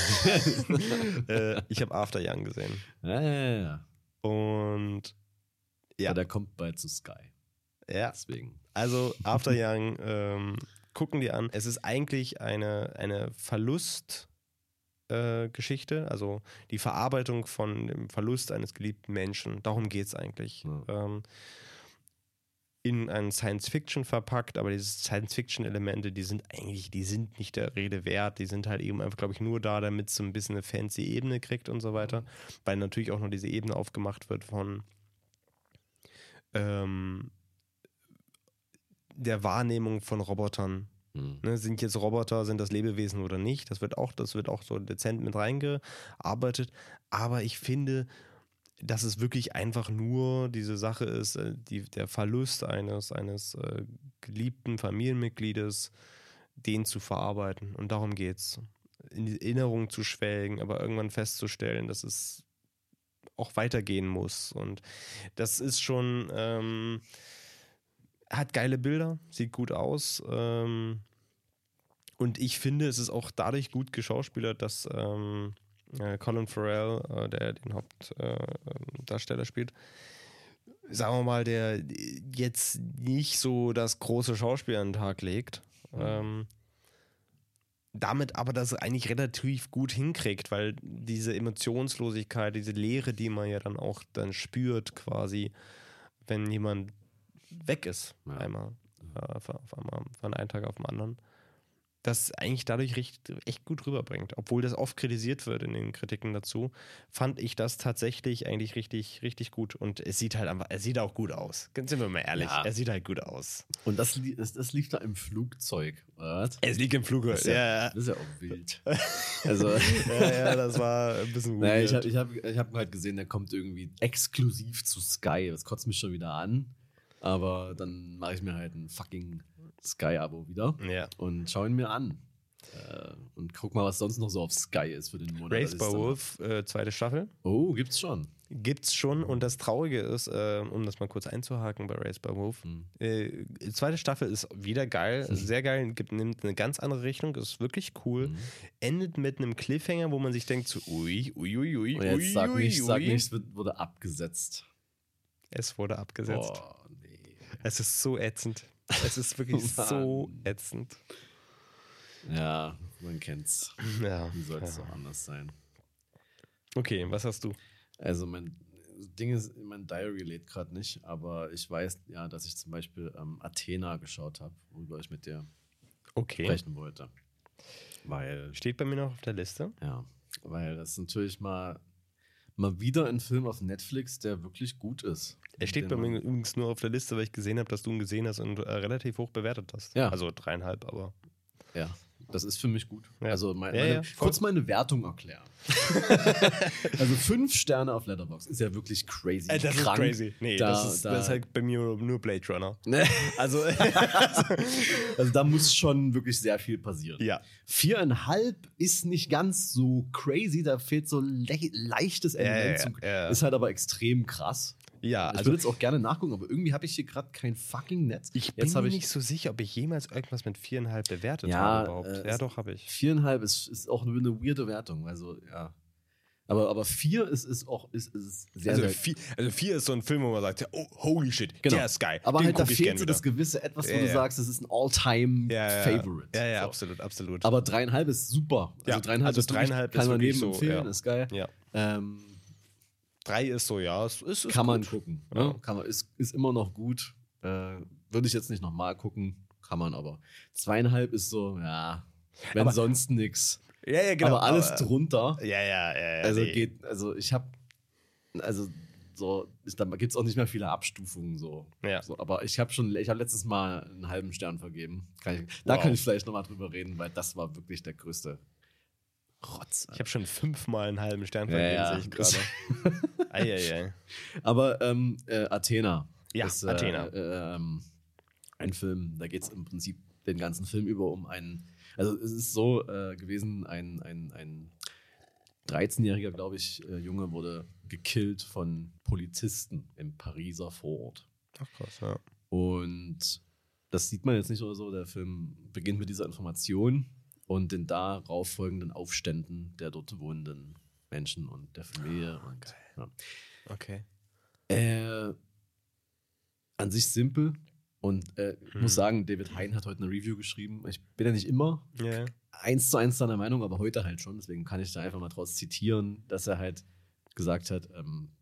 Ich habe After Young gesehen. Ja. Und ja. Der kommt bald zu Sky. Ja. Deswegen. Also After Young, gucken die an. Es ist eigentlich eine Verlustgeschichte, also die Verarbeitung von dem Verlust eines geliebten Menschen. Darum geht es eigentlich. Ja. In einen Science-Fiction verpackt, aber diese Science-Fiction-Elemente, die sind nicht der Rede wert. Die sind halt eben einfach, glaube ich, nur da, damit es so ein bisschen eine fancy Ebene kriegt und so weiter. Weil natürlich auch noch diese Ebene aufgemacht wird von der Wahrnehmung von Robotern. Ne, sind jetzt Roboter, sind das Lebewesen oder nicht? Das wird auch so dezent mit reingearbeitet. Aber ich finde, dass es wirklich einfach nur diese Sache ist, der Verlust eines geliebten Familienmitgliedes, den zu verarbeiten. Und darum geht's. In die Erinnerung zu schwelgen, aber irgendwann festzustellen, dass es auch weitergehen muss. Und das ist schon, hat geile Bilder, sieht gut aus. Und ich finde, es ist auch dadurch gut geschauspielert, dass Colin Farrell, der den Hauptdarsteller spielt, sagen wir mal, der jetzt nicht so das große Schauspiel an den Tag legt. Damit aber das eigentlich relativ gut hinkriegt, weil diese Emotionslosigkeit, diese Leere, die man ja dann auch dann spürt quasi, wenn jemand weg ist, einmal von einem Tag auf den anderen, das eigentlich dadurch echt gut rüberbringt. Obwohl das oft kritisiert wird in den Kritiken dazu, fand ich das tatsächlich eigentlich richtig, richtig gut. Und es sieht auch gut aus. Sind wir mal ehrlich, er sieht halt gut aus. Und das lief da im Flugzeug, oder? Es liegt im Flugzeug, das ist ja auch wild. Also, ja, das war ein bisschen weird. Naja, ich hab halt gesehen, der kommt irgendwie exklusiv zu Sky. Das kotzt mich schon wieder an. Aber dann mache ich mir halt ein fucking Sky-Abo wieder und schaue ihn mir an. Und guck mal, was sonst noch so auf Sky ist für den Monat. Raised by Wolf, zweite Staffel. Oh, gibt's schon. Gibt's schon. Und das Traurige ist, um das mal kurz einzuhaken bei Raised by Wolf, zweite Staffel ist wieder geil, sehr geil, nimmt eine ganz andere Richtung, ist wirklich cool, endet mit einem Cliffhanger, wo man sich denkt, so, ui. Und jetzt sag nicht, es wurde abgesetzt. Es wurde abgesetzt. Oh, nee. Es ist so ätzend. Es ist wirklich so ätzend. Ja, man kennt's. Ja. Wie soll es auch anders sein? Okay, was hast du? Also mein Ding ist, mein Diary lädt gerade nicht, aber ich weiß ja, dass ich zum Beispiel Athena geschaut habe, worüber ich mit dir sprechen wollte. Weil, steht bei mir noch auf der Liste. Ja, weil das ist natürlich mal wieder ein Film auf Netflix, der wirklich gut ist. Er steht bei mir übrigens nur auf der Liste, weil ich gesehen habe, dass du ihn gesehen hast und relativ hoch bewertet hast. Ja. Also 3,5, aber. Ja, das ist für mich gut. Ja. Also kurz meine Wertung erklären. Also 5 Sterne auf Letterboxd ist ja wirklich crazy. Das ist crazy. Nee, das ist halt bei mir nur Blade Runner. Also da muss schon wirklich sehr viel passieren. Ja. 4,5 ist nicht ganz so crazy, da fehlt so leichtes Element. Ist halt aber extrem krass. Ja, ich würde jetzt auch gerne nachgucken, aber irgendwie habe ich hier gerade kein fucking Netz. Ich bin mir nicht so sicher, ob ich jemals irgendwas mit 4,5 bewertet habe überhaupt. Ja, doch, habe ich. 4,5 ist auch eine weirde Wertung. Also, ja. Aber 4 ist sehr, also sehr... 4 ist so ein Film, wo man sagt, oh, holy shit, genau. Der ist geil. Aber halt da fehlt so das gewisse Etwas, wo du sagst, das ist ein All-Time-Favorite. Ja, so. absolut. Aber 3,5 ist super. Also 3,5 kann man jedem empfehlen, ist geil. Ja. 3 ist so, es ist kann man gut. Gucken. Ne? Ist immer noch gut. Würde ich jetzt nicht nochmal gucken, kann man aber. 2,5 ist so, wenn aber, sonst nix. Ja, genau. Aber alles drunter. Ja. Also da gibt es auch nicht mehr viele Abstufungen so. Ja. So, aber ich habe letztes Mal einen halben Stern vergeben. Da kann ich vielleicht nochmal drüber reden, weil das war wirklich der größte Rotz. Ich habe schon 5-mal einen halben Stern vergeben, sehe ich gerade. Eieiei. Aber Athena. Ja, ist, Athena. Ein Film, da geht es im Prinzip den ganzen Film über um einen, also es ist so gewesen, ein 13-jähriger, glaube ich, Junge wurde gekillt von Polizisten im Pariser Vorort. Ach krass, ja. Und das sieht man jetzt nicht oder so. Der Film beginnt mit dieser Information und den darauf folgenden Aufständen der dort wohnenden Menschen und der Familie. Und, ja. Okay. An sich simpel. Und ich muss sagen, David Hein hat heute eine Review geschrieben. Ich bin ja nicht immer 1:1 seiner Meinung, aber heute halt schon. Deswegen kann ich da einfach mal draus zitieren, dass er halt gesagt hat,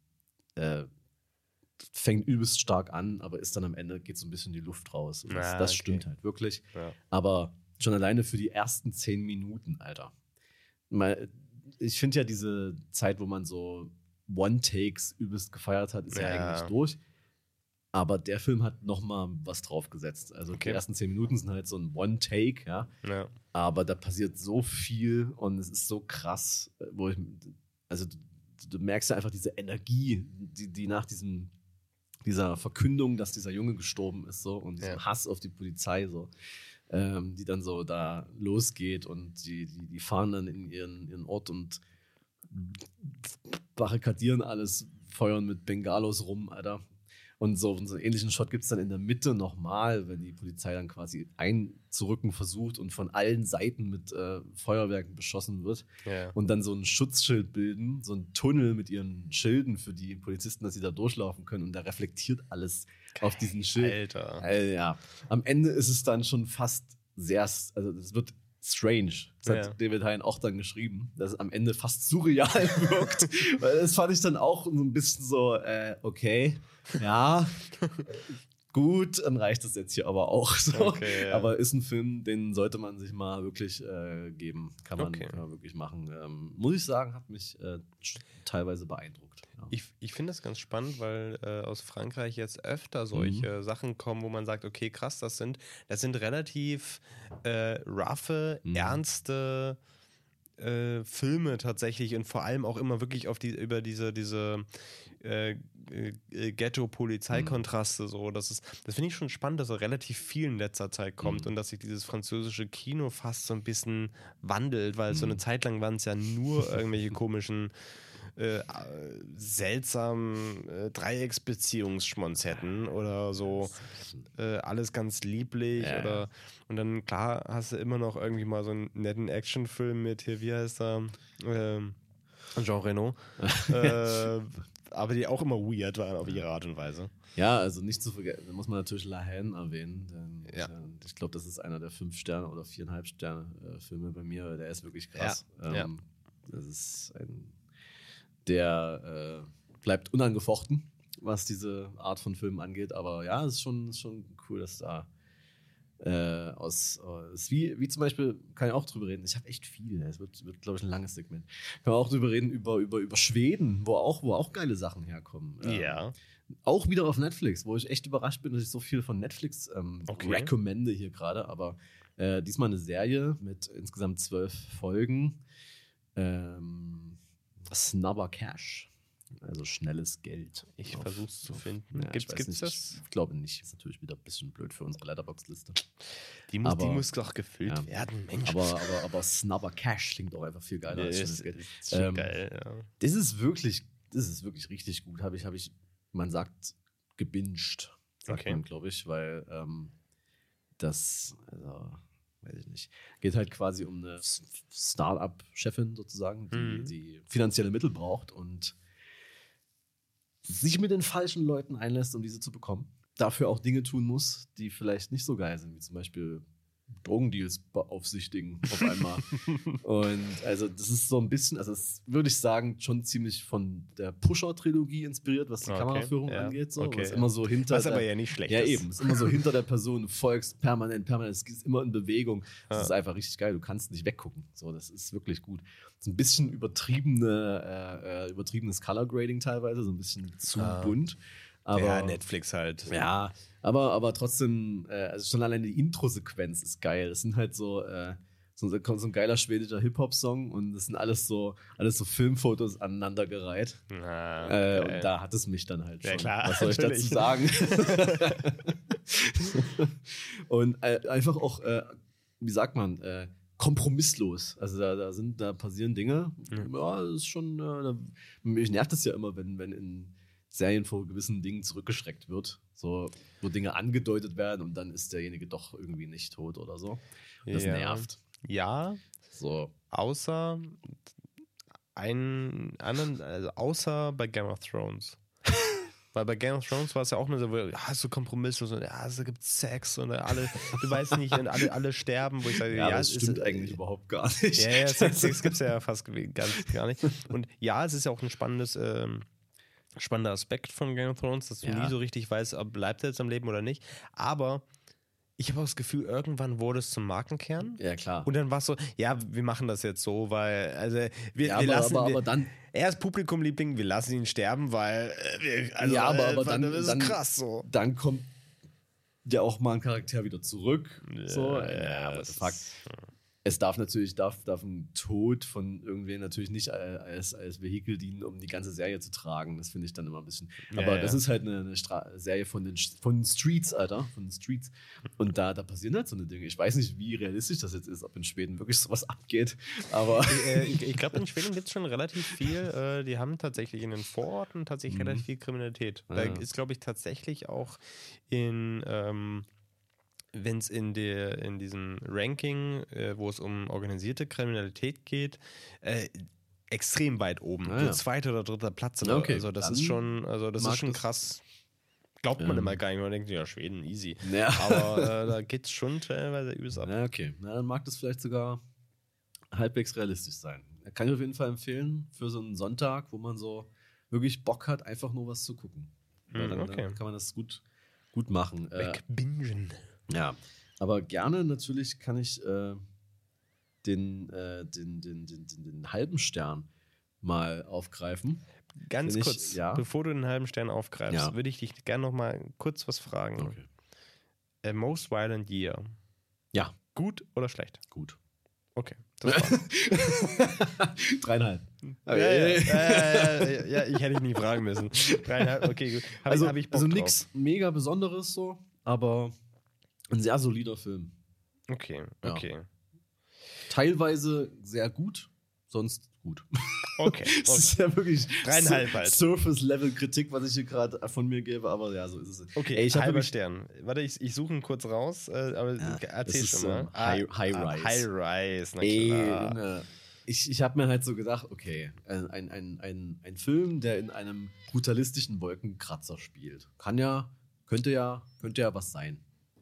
fängt übelst stark an, aber ist dann am Ende, geht so ein bisschen die Luft raus. Und das stimmt halt wirklich. Ja. Aber schon alleine für die ersten 10 Minuten, Alter. Ich finde ja diese Zeit, wo man so One-Takes übelst gefeiert hat, ist ja eigentlich durch. Aber der Film hat nochmal was draufgesetzt. Also die ersten 10 Minuten sind halt so ein One-Take, ja. Aber da passiert so viel und es ist so krass, du merkst ja einfach diese Energie, die nach dieser Verkündung, dass dieser Junge gestorben ist, so, und diesem Hass auf die Polizei, so, die dann so da losgeht und die fahren dann in ihren Ort und barrikadieren alles, feuern mit Bengalos rum, Alter. Und so einen ähnlichen Shot gibt es dann in der Mitte nochmal, wenn die Polizei dann quasi einzurücken versucht und von allen Seiten mit Feuerwerken beschossen wird. Ja. Und dann so ein Schutzschild bilden, so ein Tunnel mit ihren Schilden für die Polizisten, dass sie da durchlaufen können. Und da reflektiert alles auf diesen Schild. Alter. Ja. Am Ende ist es dann schon fast es wird strange. Das hat David Hein auch dann geschrieben, dass es am Ende fast surreal wirkt. Weil das fand ich dann auch so ein bisschen so, okay, ja, gut, dann reicht das jetzt hier aber auch so. Okay, ja. Aber ist ein Film, den sollte man sich mal wirklich geben. Kann man wirklich machen. Muss ich sagen, hat mich teilweise beeindruckt. Ja. Ich finde das ganz spannend, weil aus Frankreich jetzt öfter solche Sachen kommen, wo man sagt, okay, krass, das sind relativ roughe, ernste Filme tatsächlich und vor allem auch immer wirklich über diese Ghetto-Polizeikontraste so. Das finde ich schon spannend, dass er relativ viel in letzter Zeit kommt und dass sich dieses französische Kino fast so ein bisschen wandelt, weil so eine Zeit lang waren es ja nur irgendwelche komischen seltsamen Dreiecksbeziehungsschmonzetten oder so, alles ganz lieblich und dann klar hast du immer noch irgendwie mal so einen netten Actionfilm mit hier, wie heißt er, Jean Reno, aber die auch immer weird waren auf ihre Art und Weise. Ja, also nicht zu vergessen, da muss man natürlich La Haine erwähnen, denn ich glaube, das ist einer der 5 Sterne oder 4,5 Sterne Filme bei mir, der ist wirklich krass. Das ist der bleibt unangefochten, was diese Art von Filmen angeht, aber ja, es ist schon cool, dass da wie zum Beispiel, kann ich auch drüber reden, ich habe echt viel, es wird glaube ich ein langes Segment, kann man auch drüber reden, über Schweden, wo auch geile Sachen herkommen. Auch wieder auf Netflix, wo ich echt überrascht bin, dass ich so viel von Netflix recommende hier gerade, aber diesmal eine Serie mit insgesamt 12 Folgen, Snabber Cash, also schnelles Geld. Ich versuche es zu finden. Ja, gibt's das? Ich glaube nicht. Ist natürlich wieder ein bisschen blöd für unsere Letterboxd-Liste. Die muss doch gefüllt werden, Mensch. Aber Snabber Cash klingt auch einfach viel geiler als schnelles Geld. Ist schon geil, ja. Das ist wirklich richtig gut. Man sagt, gebinged, sagt man, glaube ich, weil weiß ich nicht. Geht halt quasi um eine Start-up-Chefin sozusagen, die finanzielle Mittel braucht und sich mit den falschen Leuten einlässt, um diese zu bekommen. Dafür auch Dinge tun muss, die vielleicht nicht so geil sind, wie zum Beispiel Drogendeals beaufsichtigen auf einmal. Und also das ist so ein bisschen, also das würde ich sagen, schon ziemlich von der Pusher-Trilogie inspiriert, was die Kameraführung angeht. So. Was immer so was aber ja nicht schlecht ist. Ja eben, ist immer so hinter der Person, du folgst permanent, es ist immer in Bewegung. Das ist einfach richtig geil, du kannst nicht weggucken. So, das ist wirklich gut. Das ist ein bisschen übertriebenes Color Grading teilweise, so ein bisschen zu bunt. Aber, Netflix halt. Ja, aber trotzdem, also schon alleine die Intro-Sequenz ist geil. Das sind halt so ein geiler schwedischer Hip-Hop-Song und das sind alles so Filmfotos aneinandergereiht. Und da hat es mich dann halt schon. Ja, klar, was soll ich dazu sagen? Und einfach auch, wie sagt man, kompromisslos. Also da passieren Dinge. Ja, das ist schon, mich nervt das ja immer, wenn in Serien vor gewissen Dingen zurückgeschreckt wird. So, wo Dinge angedeutet werden und dann ist derjenige doch irgendwie nicht tot oder so. Das nervt. Ja. So. Außer außer bei Game of Thrones. Weil bei Game of Thrones war es ja auch nur so, hast du kompromisslos und es gibt Sex und alle, du weißt nicht, und alle sterben, wo ich sage, ja, das stimmt eigentlich überhaupt gar nicht. Ja, Sex gibt es ja fast gar nicht. Und ja, es ist ja auch ein spannender Aspekt von Game of Thrones, dass du nie so richtig weißt, ob bleibt er jetzt am Leben oder nicht. Aber ich habe auch das Gefühl, irgendwann wurde es zum Markenkern. Ja, klar. Und dann war es so, ja, wir machen das jetzt so, weil, also, wir aber dann. Er ist Publikumliebling, wir lassen ihn sterben, weil, aber dann, das ist krass so. Dann kommt ja auch mal ein Charakter wieder zurück. So, what the fuck. Es darf ein Tod von irgendwen natürlich nicht als Vehikel dienen, um die ganze Serie zu tragen. Das finde ich dann immer ein bisschen. Aber das ist halt eine Serie von den Streets, Alter. Von den Streets. Und da passieren halt so eine Dinge. Ich weiß nicht, wie realistisch das jetzt ist, ob in Schweden wirklich sowas abgeht. Aber ich glaube, in Schweden gibt es schon relativ viel. Die haben tatsächlich in den Vororten relativ viel Kriminalität. Da ist, glaube ich, tatsächlich auch wenn es in diesem Ranking, wo es um organisierte Kriminalität geht, extrem weit oben. So zweiter oder dritter Platz. Okay, also das ist schon krass. Glaubt man immer gar nicht. Man denkt, ja, Schweden, easy. Ja. Aber da geht es schon teilweise übelst ab. Ja, okay. Na, dann mag das vielleicht sogar halbwegs realistisch sein. Kann ich auf jeden Fall empfehlen für so einen Sonntag, wo man so wirklich Bock hat, einfach nur was zu gucken. Dann kann man das gut machen. Wegbingen. Ja, aber gerne natürlich kann ich den halben Stern mal aufgreifen. Ganz kurz, bevor du den halben Stern aufgreifst, würde ich dich gerne noch mal kurz was fragen. Okay. A Most Violent Year. Ja. Gut oder schlecht? Gut. Okay, das war's. 3,5. Ja, ich hätte dich nie fragen müssen. 3,5, okay, gut. Hab ich Bock also drauf. Nichts mega Besonderes so, aber ein sehr solider Film. Okay. Teilweise sehr gut, sonst gut. Okay. Das ist ja wirklich 3,5 halt. Surface-Level-Kritik, was ich hier gerade von mir gebe, aber ja, so ist es. Okay, halber Stern. Warte, ich suche ihn kurz raus, aber erzähl schon mal. High-Rise. High-Rise, na klar. Ich habe mir halt so gedacht, okay, ein Film, der in einem brutalistischen Wolkenkratzer spielt. Könnte ja was sein.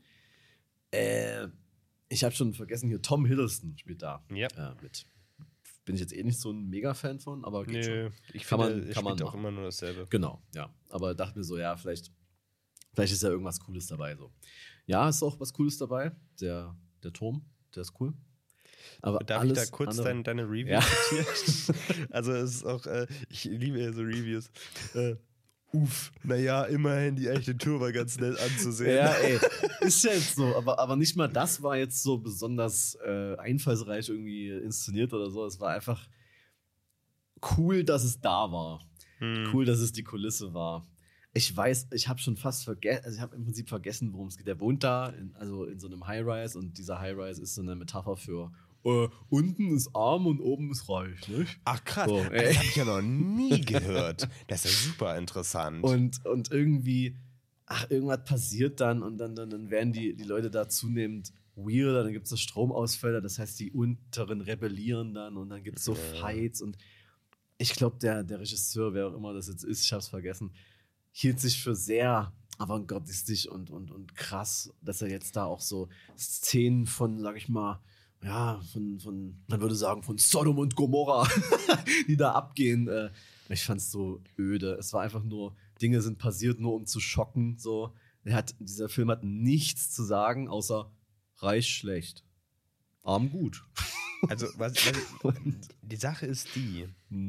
Ich habe schon vergessen, hier Tom Hiddleston spielt da mit. Bin ich jetzt nicht so ein Mega-Fan von, aber geht schon. Ich finde, er spielt auch immer nur dasselbe. Genau, ja. Aber dachte mir so, ja, vielleicht ist ja irgendwas Cooles dabei. So. Ja, ist auch was Cooles dabei. Der Turm, der ist cool. Aber darf ich da kurz deine Review zitieren? Also es ist auch, ich liebe ja so Reviews. Naja, immerhin die echte Tour war ganz nett anzusehen. Ja, ey, ist ja jetzt so, aber nicht mal das war jetzt so besonders einfallsreich irgendwie inszeniert oder so. Es war einfach cool, dass es da war. Cool, dass es die Kulisse war. Ich weiß, ich habe schon fast vergessen, also ich habe im Prinzip vergessen, worum es geht. Der wohnt da, in so einem High-Rise und dieser High-Rise ist so eine Metapher für unten ist arm und oben ist reich, nicht? Ach krass, so, das habe ich ja noch nie gehört. Das ist ja super interessant. Und irgendwie, irgendwas passiert dann und dann werden die Leute da zunehmend weirder, dann gibt es Stromausfälle, das heißt, die Unteren rebellieren dann und dann gibt es so Fights und ich glaube, der Regisseur, wer auch immer das jetzt ist, ich habe es vergessen, hielt sich für sehr avantgardistisch und krass, dass er jetzt da auch so Szenen von, sag ich mal, ja, man würde sagen, von Sodom und Gomorra, die da abgehen. Ich fand's so öde. Es war einfach nur, Dinge sind passiert, nur um zu schocken. So. Dieser Film hat nichts zu sagen, außer reich schlecht, arm gut. Also, die Sache ist die,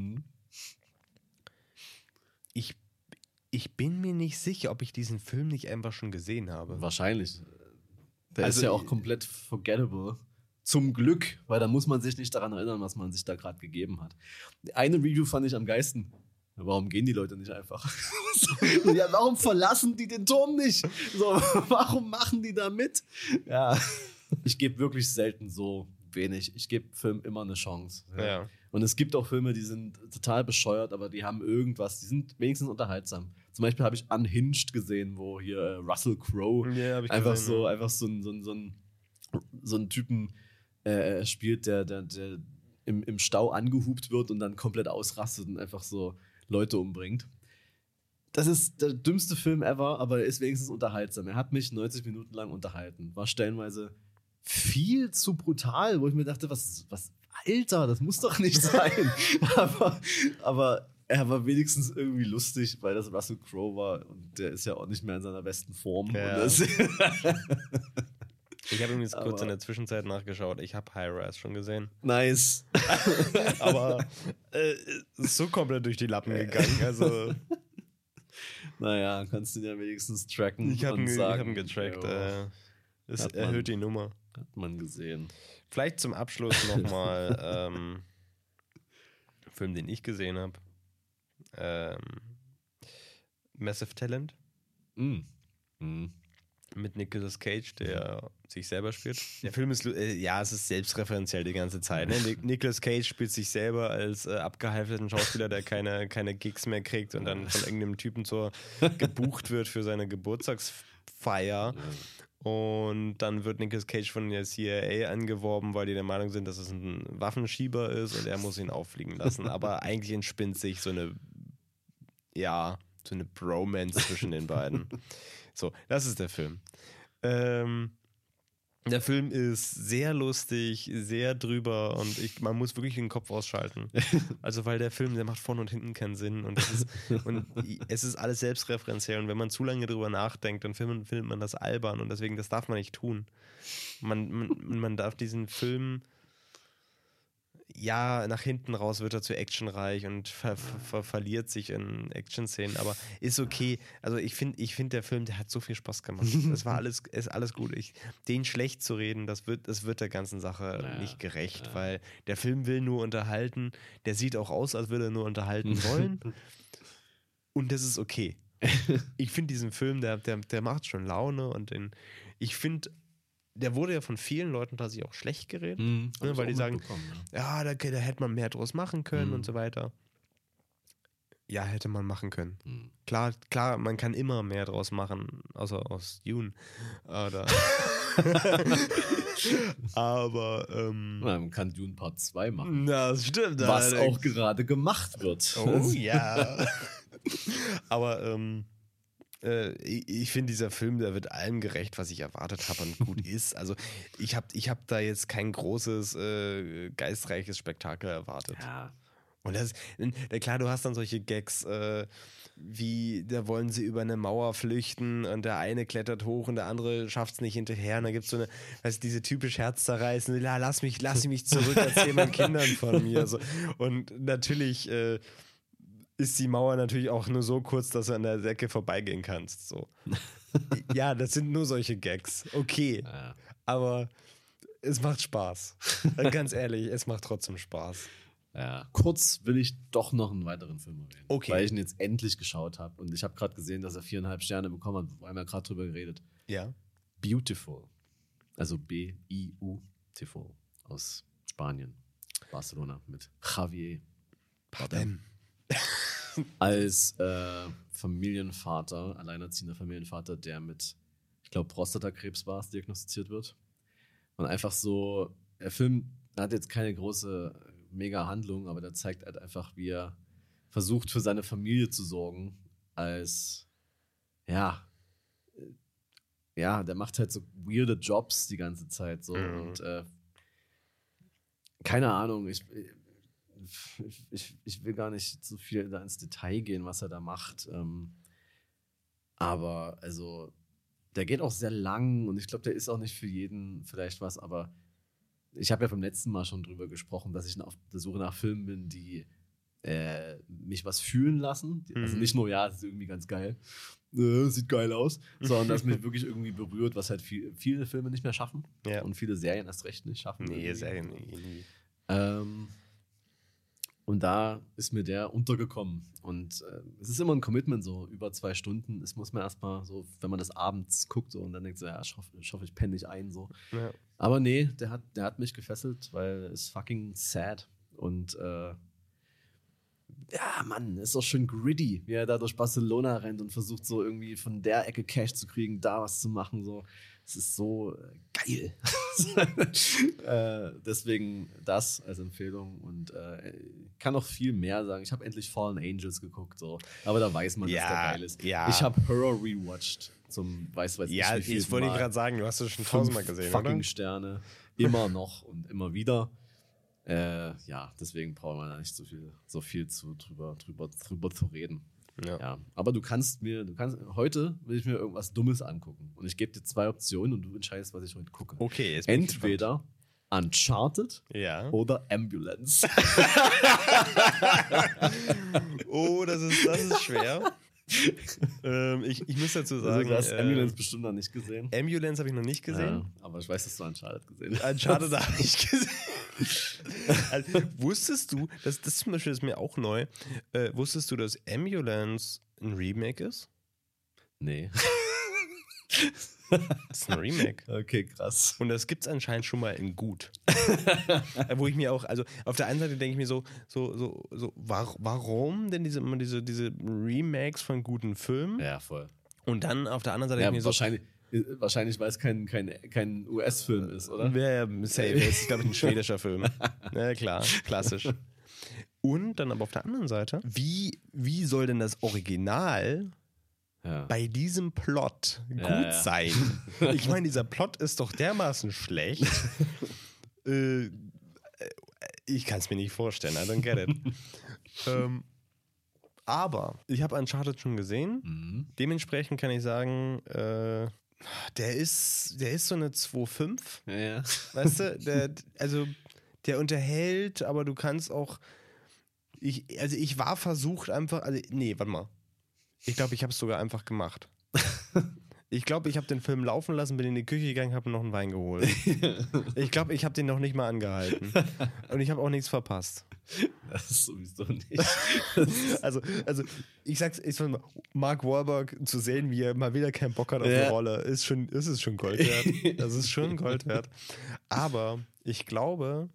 ich bin mir nicht sicher, ob ich diesen Film nicht einfach schon gesehen habe. Wahrscheinlich. Der ist ja auch komplett forgettable. Zum Glück, weil da muss man sich nicht daran erinnern, was man sich da gerade gegeben hat. Eine Review fand ich am geilsten. Warum gehen die Leute nicht einfach? Ja, warum verlassen die den Turm nicht? So, warum machen die da mit? Ja, ich gebe wirklich selten so wenig. Ich gebe Filmen immer eine Chance. Ja. Und es gibt auch Filme, die sind total bescheuert, aber die haben irgendwas, die sind wenigstens unterhaltsam. Zum Beispiel habe ich Unhinged gesehen, wo hier Russell Crowe einfach so einen Typen spielt, der im Stau angehupt wird und dann komplett ausrastet und einfach so Leute umbringt. Das ist der dümmste Film ever, aber er ist wenigstens unterhaltsam. Er hat mich 90 Minuten lang unterhalten. War stellenweise viel zu brutal, wo ich mir dachte, was Alter, das muss doch nicht sein. aber er war wenigstens irgendwie lustig, weil das Russell Crowe war und der ist ja auch nicht mehr in seiner besten Form. Ja. Ich habe übrigens kurz in der Zwischenzeit nachgeschaut. Ich habe High Rise schon gesehen. Nice. Aber ist so komplett durch die Lappen gegangen. Also naja, kannst du ihn ja wenigstens tracken. Ich habe ihn getrackt. Es erhöht die Nummer. Hat man gesehen. Vielleicht zum Abschluss nochmal Film, den ich gesehen habe. Massive Talent. Mit Nicolas Cage, der sich selber spielt. Der Film ist, es ist selbstreferenziell die ganze Zeit. Ne? Nicolas Cage spielt sich selber als abgehalfterten Schauspieler, der keine Gigs mehr kriegt und dann von irgendeinem Typen gebucht wird für seine Geburtstagsfeier. Und dann wird Nicolas Cage von der CIA angeworben, weil die der Meinung sind, dass es ein Waffenschieber ist und er muss ihn auffliegen lassen. Aber eigentlich entspinnt sich so eine Bromance zwischen den beiden. So, das ist der Film. Der Film ist sehr lustig, sehr drüber und man muss wirklich den Kopf ausschalten. Also, weil der Film, der macht vorne und hinten keinen Sinn und es ist alles selbstreferenziell und wenn man zu lange drüber nachdenkt, dann findet man das albern und deswegen, das darf man nicht tun. Man darf diesen Film, nach hinten raus wird er zu actionreich und verliert sich in Action-Szenen, aber ist okay. Also ich finde, der Film, der hat so viel Spaß gemacht. Das ist alles gut. Den schlecht zu reden, das wird der ganzen Sache nicht gerecht, weil der Film will nur unterhalten. Der sieht auch aus, als würde er nur unterhalten wollen. Und das ist okay. Ich finde diesen Film, der macht schon Laune und ich finde, der wurde ja von vielen Leuten tatsächlich auch schlecht geredet, weil die sagen, da hätte man mehr draus machen können und so weiter. Ja, hätte man machen können. Klar, man kann immer mehr draus machen, außer aus Dune. Aber man kann Dune Part 2 machen. Das stimmt. Was auch gerade gemacht wird. Oh ja. Aber ich finde, dieser Film, der wird allem gerecht, was ich erwartet habe und gut ist. Also ich hab da jetzt kein großes, geistreiches Spektakel erwartet. Ja. Und klar, du hast dann solche Gags, wie, da wollen sie über eine Mauer flüchten und der eine klettert hoch und der andere schafft es nicht hinterher. Und da gibt es diese typisch herzzerreißende, lass mich zurück, erzähl meinen Kindern von mir. So. Und natürlich ist die Mauer natürlich auch nur so kurz, dass du an der Decke vorbeigehen kannst. So. Ja, das sind nur solche Gags. Okay. Ja. Aber es macht Spaß. Ganz ehrlich, es macht trotzdem Spaß. Ja. Kurz will ich doch noch einen weiteren Film erwähnen. Okay. Weil ich ihn jetzt endlich geschaut habe. Und ich habe gerade gesehen, dass er 4,5 Sterne bekommen hat. Wir haben ja gerade drüber geredet. Ja. Beautiful. Also B-I-U-T-V aus Spanien. Barcelona mit Javier Bardem. Als Familienvater, alleinerziehender Familienvater, der mit, ich glaube, Prostatakrebs war es, diagnostiziert wird. Und einfach so, der Film hat jetzt keine große Mega-Handlung, aber der zeigt halt einfach, wie er versucht, für seine Familie zu sorgen, als, der macht halt so weirde Jobs die ganze Zeit so und keine Ahnung, ich will gar nicht so viel da ins Detail gehen, was er da macht. Aber also, der geht auch sehr lang und ich glaube, der ist auch nicht für jeden vielleicht was, aber ich habe ja beim letzten Mal schon drüber gesprochen, dass ich auf der Suche nach Filmen bin, die mich was fühlen lassen. Also nicht nur, es ist irgendwie ganz geil, sieht geil aus, sondern dass mich wirklich irgendwie berührt, was halt viele Filme nicht mehr schaffen und viele Serien erst recht nicht schaffen. Nee, Serien irgendwie. Und da ist mir der untergekommen. Und es ist immer ein Commitment, so über 2 Stunden. Es muss man erstmal so, wenn man das abends guckt so, und dann denkt so, ich hoffe, ich penne nicht ein. So. Ja. Aber nee, der hat mich gefesselt, weil es fucking sad. Und ja, Mann, ist doch schön gritty, wie er da durch Barcelona rennt und versucht so irgendwie von der Ecke Cash zu kriegen, da was zu machen. So. Es ist so geil. Deswegen das als Empfehlung und kann noch viel mehr sagen. Ich habe endlich Fallen Angels geguckt, so. Aber da weiß man, dass der geil ist. Ja. Ich habe Horror rewatcht zum weiß ich ja, nicht wie jetzt wollte ich gerade sagen, du hast es schon 1000-mal gesehen, fucking oder? Sterne. Immer noch und immer wieder. Ja, deswegen brauchen wir da nicht so viel drüber zu reden. Ja. Aber heute will ich mir irgendwas Dummes angucken. Und ich gebe dir 2 Optionen und du entscheidest, was ich heute gucke. Okay, jetzt bin ich entweder Uncharted oder Ambulance. Oh, das ist schwer. Ich muss dazu sagen, du hast Ambulance bestimmt noch nicht gesehen. Ambulance habe ich noch nicht gesehen. Ja, aber ich weiß, dass du Uncharted gesehen hast. Uncharted habe ich gesehen. Also, wusstest du, das zum Beispiel ist mir auch neu, wusstest du, dass Ambulance ein Remake ist? Nee. Das ist ein Remake. Okay, krass. Und das gibt es anscheinend schon mal in gut. Wo ich mir auch, also auf der einen Seite denke ich mir so, warum denn diese Remakes von guten Filmen? Ja, voll. Und dann auf der anderen Seite denke ich mir wahrscheinlich, weil es kein US-Film ist, oder? Ja, safe. Das ist, glaube ich, ein schwedischer Film. Ja, klar, klassisch. Und dann aber auf der anderen Seite, wie soll denn das Original bei diesem Plot gut sein? Ich meine, dieser Plot ist doch dermaßen schlecht. Ich kann es mir nicht vorstellen. I don't get it. Aber ich habe Uncharted schon gesehen. Mhm. Dementsprechend kann ich sagen, der ist so eine 2,5. Ja. Weißt du? Der unterhält, aber du kannst auch. Ich war versucht einfach. Warte mal. Ich glaube, ich habe es sogar einfach gemacht. Ich glaube, ich habe den Film laufen lassen, bin in die Küche gegangen, habe noch einen Wein geholt. Ich glaube, ich habe den noch nicht mal angehalten. Und ich habe auch nichts verpasst. Das ist sowieso nicht. Also ich sag mal, Mark Wahlberg zu sehen, wie er mal wieder keinen Bock hat auf eine Rolle, ist es schon Gold wert. Das ist schon Gold wert. Aber ich glaube,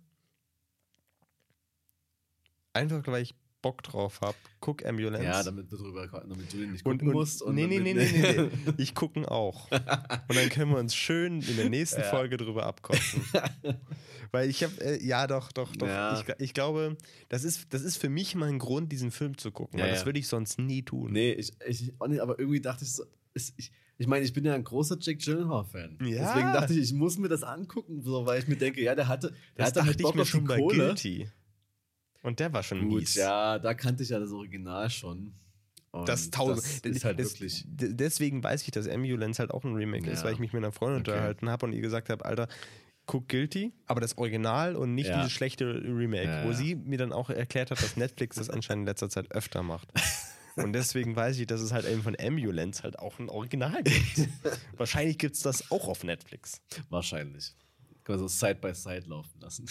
einfach weil ich Bock drauf habe, guck Ambulance. Ja, damit du ihn nicht gucken musst. Nee. Ich gucken auch. Und dann können wir uns schön in der nächsten Folge drüber abkotzen. Weil ich habe, doch. Ja. Ich glaube, das ist für mich mal ein Grund, diesen Film zu gucken. Weil das würde ich sonst nie tun. Nee, ich auch nicht, aber irgendwie dachte ich so, ich meine, ich bin ja ein großer Jake Gyllenhaal-Fan. Ja. Deswegen dachte ich muss mir das angucken, so, weil ich mir denke, der hatte halt Bock auf die Kohle. Guilty. Und der war schon gut, mies. Ja, da kannte ich ja das Original schon. Und das ist halt wirklich. Deswegen weiß ich, dass Ambulance halt auch ein Remake ist, weil ich mich mit einer Freundin unterhalten habe und ihr gesagt habe, Alter, guck Guilty, aber das Original und nicht dieses schlechte Remake, wo sie mir dann auch erklärt hat, dass Netflix das anscheinend in letzter Zeit öfter macht. Und deswegen weiß ich, dass es halt eben von Ambulance halt auch ein Original gibt. Wahrscheinlich gibt es das auch auf Netflix. Wahrscheinlich. Kann man so Side by Side laufen lassen.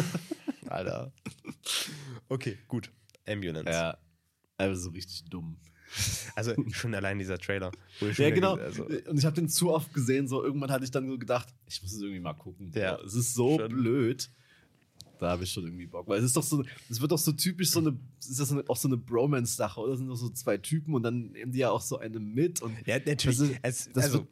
Alter. Okay, gut. Ambulance. Ja, also so richtig dumm. Also schon allein dieser Trailer. Ja, genau. Und ich habe den zu oft gesehen, so irgendwann hatte ich dann so gedacht, ich muss es irgendwie mal gucken. Ja. Es ist so blöd. Da habe ich schon irgendwie Bock. Weil es ist doch so, es wird doch so typisch ist das auch so eine Bromance-Sache, oder? Es sind doch so 2 Typen und dann nehmen die ja auch so eine mit. Und ja, natürlich. Es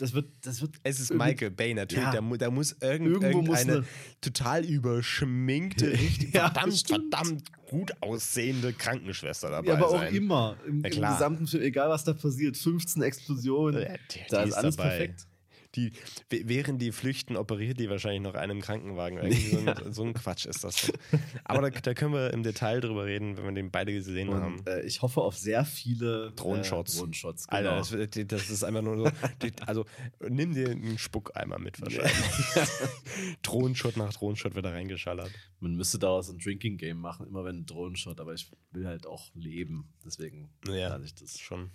ist Michael Bay, natürlich. Ja. Da muss irgendeine total überschminkte, richtig verdammt gut aussehende Krankenschwester dabei sein. Ja, aber auch immer. Im gesamten Film, egal was da passiert, 15 Explosionen. Ja, da ist alles dabei. Perfekt. Während die flüchten, operiert die wahrscheinlich noch einen im Krankenwagen. So ein Quatsch ist das. Aber da können wir im Detail drüber reden, wenn wir den beide gesehen haben. Ich hoffe auf sehr viele Drohnenshots. Genau. Alter, das ist einfach nur so. Also nimm dir einen Spuckeimer mit wahrscheinlich. Drohnenshot nach Drohnenshot wird da reingeschallert. Man müsste daraus ein Drinking-Game machen, immer wenn ein Drohnenshot, aber ich will halt auch leben. Deswegen lasse ich das schon.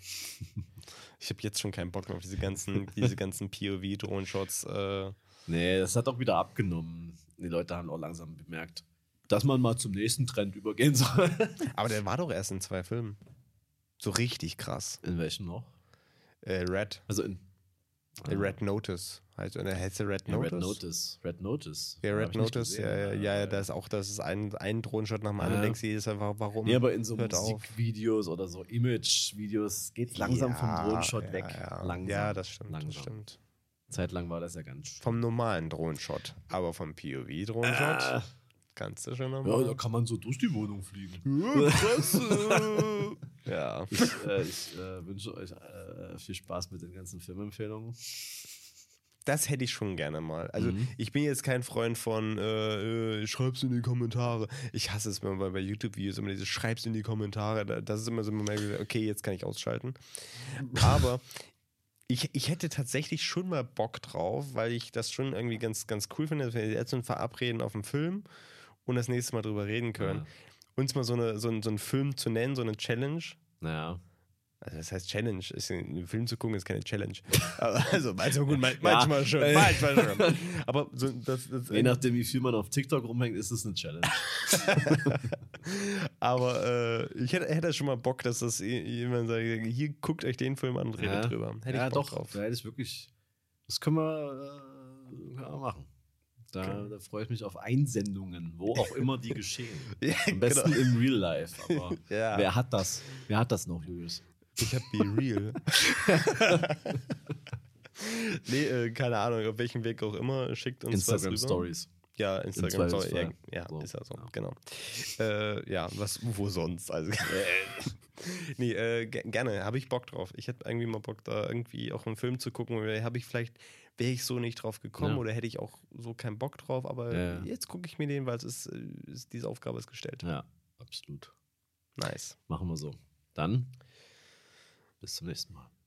Ich habe jetzt schon keinen Bock mehr auf diese ganzen POV-Drohnenshots. Nee, das hat auch wieder abgenommen. Die Leute haben auch langsam bemerkt, dass man mal zum nächsten Trend übergehen soll. Aber der war doch erst in 2 Filmen. So richtig krass. In welchen noch? Red. Also Red Notice. Heißt du Red Notice? Red Notice. Ja, Red Notice, ja, das ist ein Drohnenshot nach dem anderen. Denkst du jedes Mal, warum? Ja, aber in so Musikvideos oder so Image-Videos geht es langsam vom Drohnenshot weg. Langsam. Ja, das stimmt. Langsam. Das stimmt. Zeitlang war das ja ganz schön. Vom normalen Drohnenshot, aber vom POV-Drohnenshot kannst du schon nochmal. Ja, da kann man so durch die Wohnung fliegen. Ja. Ich wünsche euch viel Spaß mit den ganzen Filmempfehlungen. Das hätte ich schon gerne mal. Also ich bin jetzt kein Freund von schreib's in die Kommentare. Ich hasse es, wenn man bei YouTube-Videos immer dieses schreib's in die Kommentare. Das ist immer so, okay, jetzt kann ich ausschalten. Aber ich hätte tatsächlich schon mal Bock drauf, weil ich das schon irgendwie ganz, ganz cool finde, dass wir jetzt uns verabreden auf einen Film und das nächste Mal drüber reden können. Uns mal so einen Film zu nennen, so eine Challenge. Ja. Also das heißt Challenge, einen Film zu gucken ist keine Challenge. Also manchmal schon. Aber so, je nachdem, wie viel man auf TikTok rumhängt, ist es eine Challenge. Aber ich hätte schon mal Bock, dass das jemand sagt, hier guckt euch den Film an und redet drüber. Hätte ich Bock drauf. Da hätte ich wirklich, das können wir machen. Da freue ich mich auf Einsendungen, wo auch immer die geschehen. Ja, am besten im Real Life. Aber ja. Wer hat das? Wer hat das noch, Julius? Ich hab Be Real. Nee, keine Ahnung, auf welchem Weg auch immer, schickt uns Instagram Stories. Ja, Instagram Stories. Ja, so. Ist ja so, genau. Wo sonst? Also, nee, gerne, habe ich Bock drauf. Ich hätte irgendwie mal Bock, da irgendwie auch einen Film zu gucken, oder wäre ich so nicht drauf gekommen oder hätte ich auch so keinen Bock drauf, aber jetzt gucke ich mir den, weil diese Aufgabe ist gestellt. Ja, absolut. Nice. Machen wir so. Dann bis zum nächsten Mal.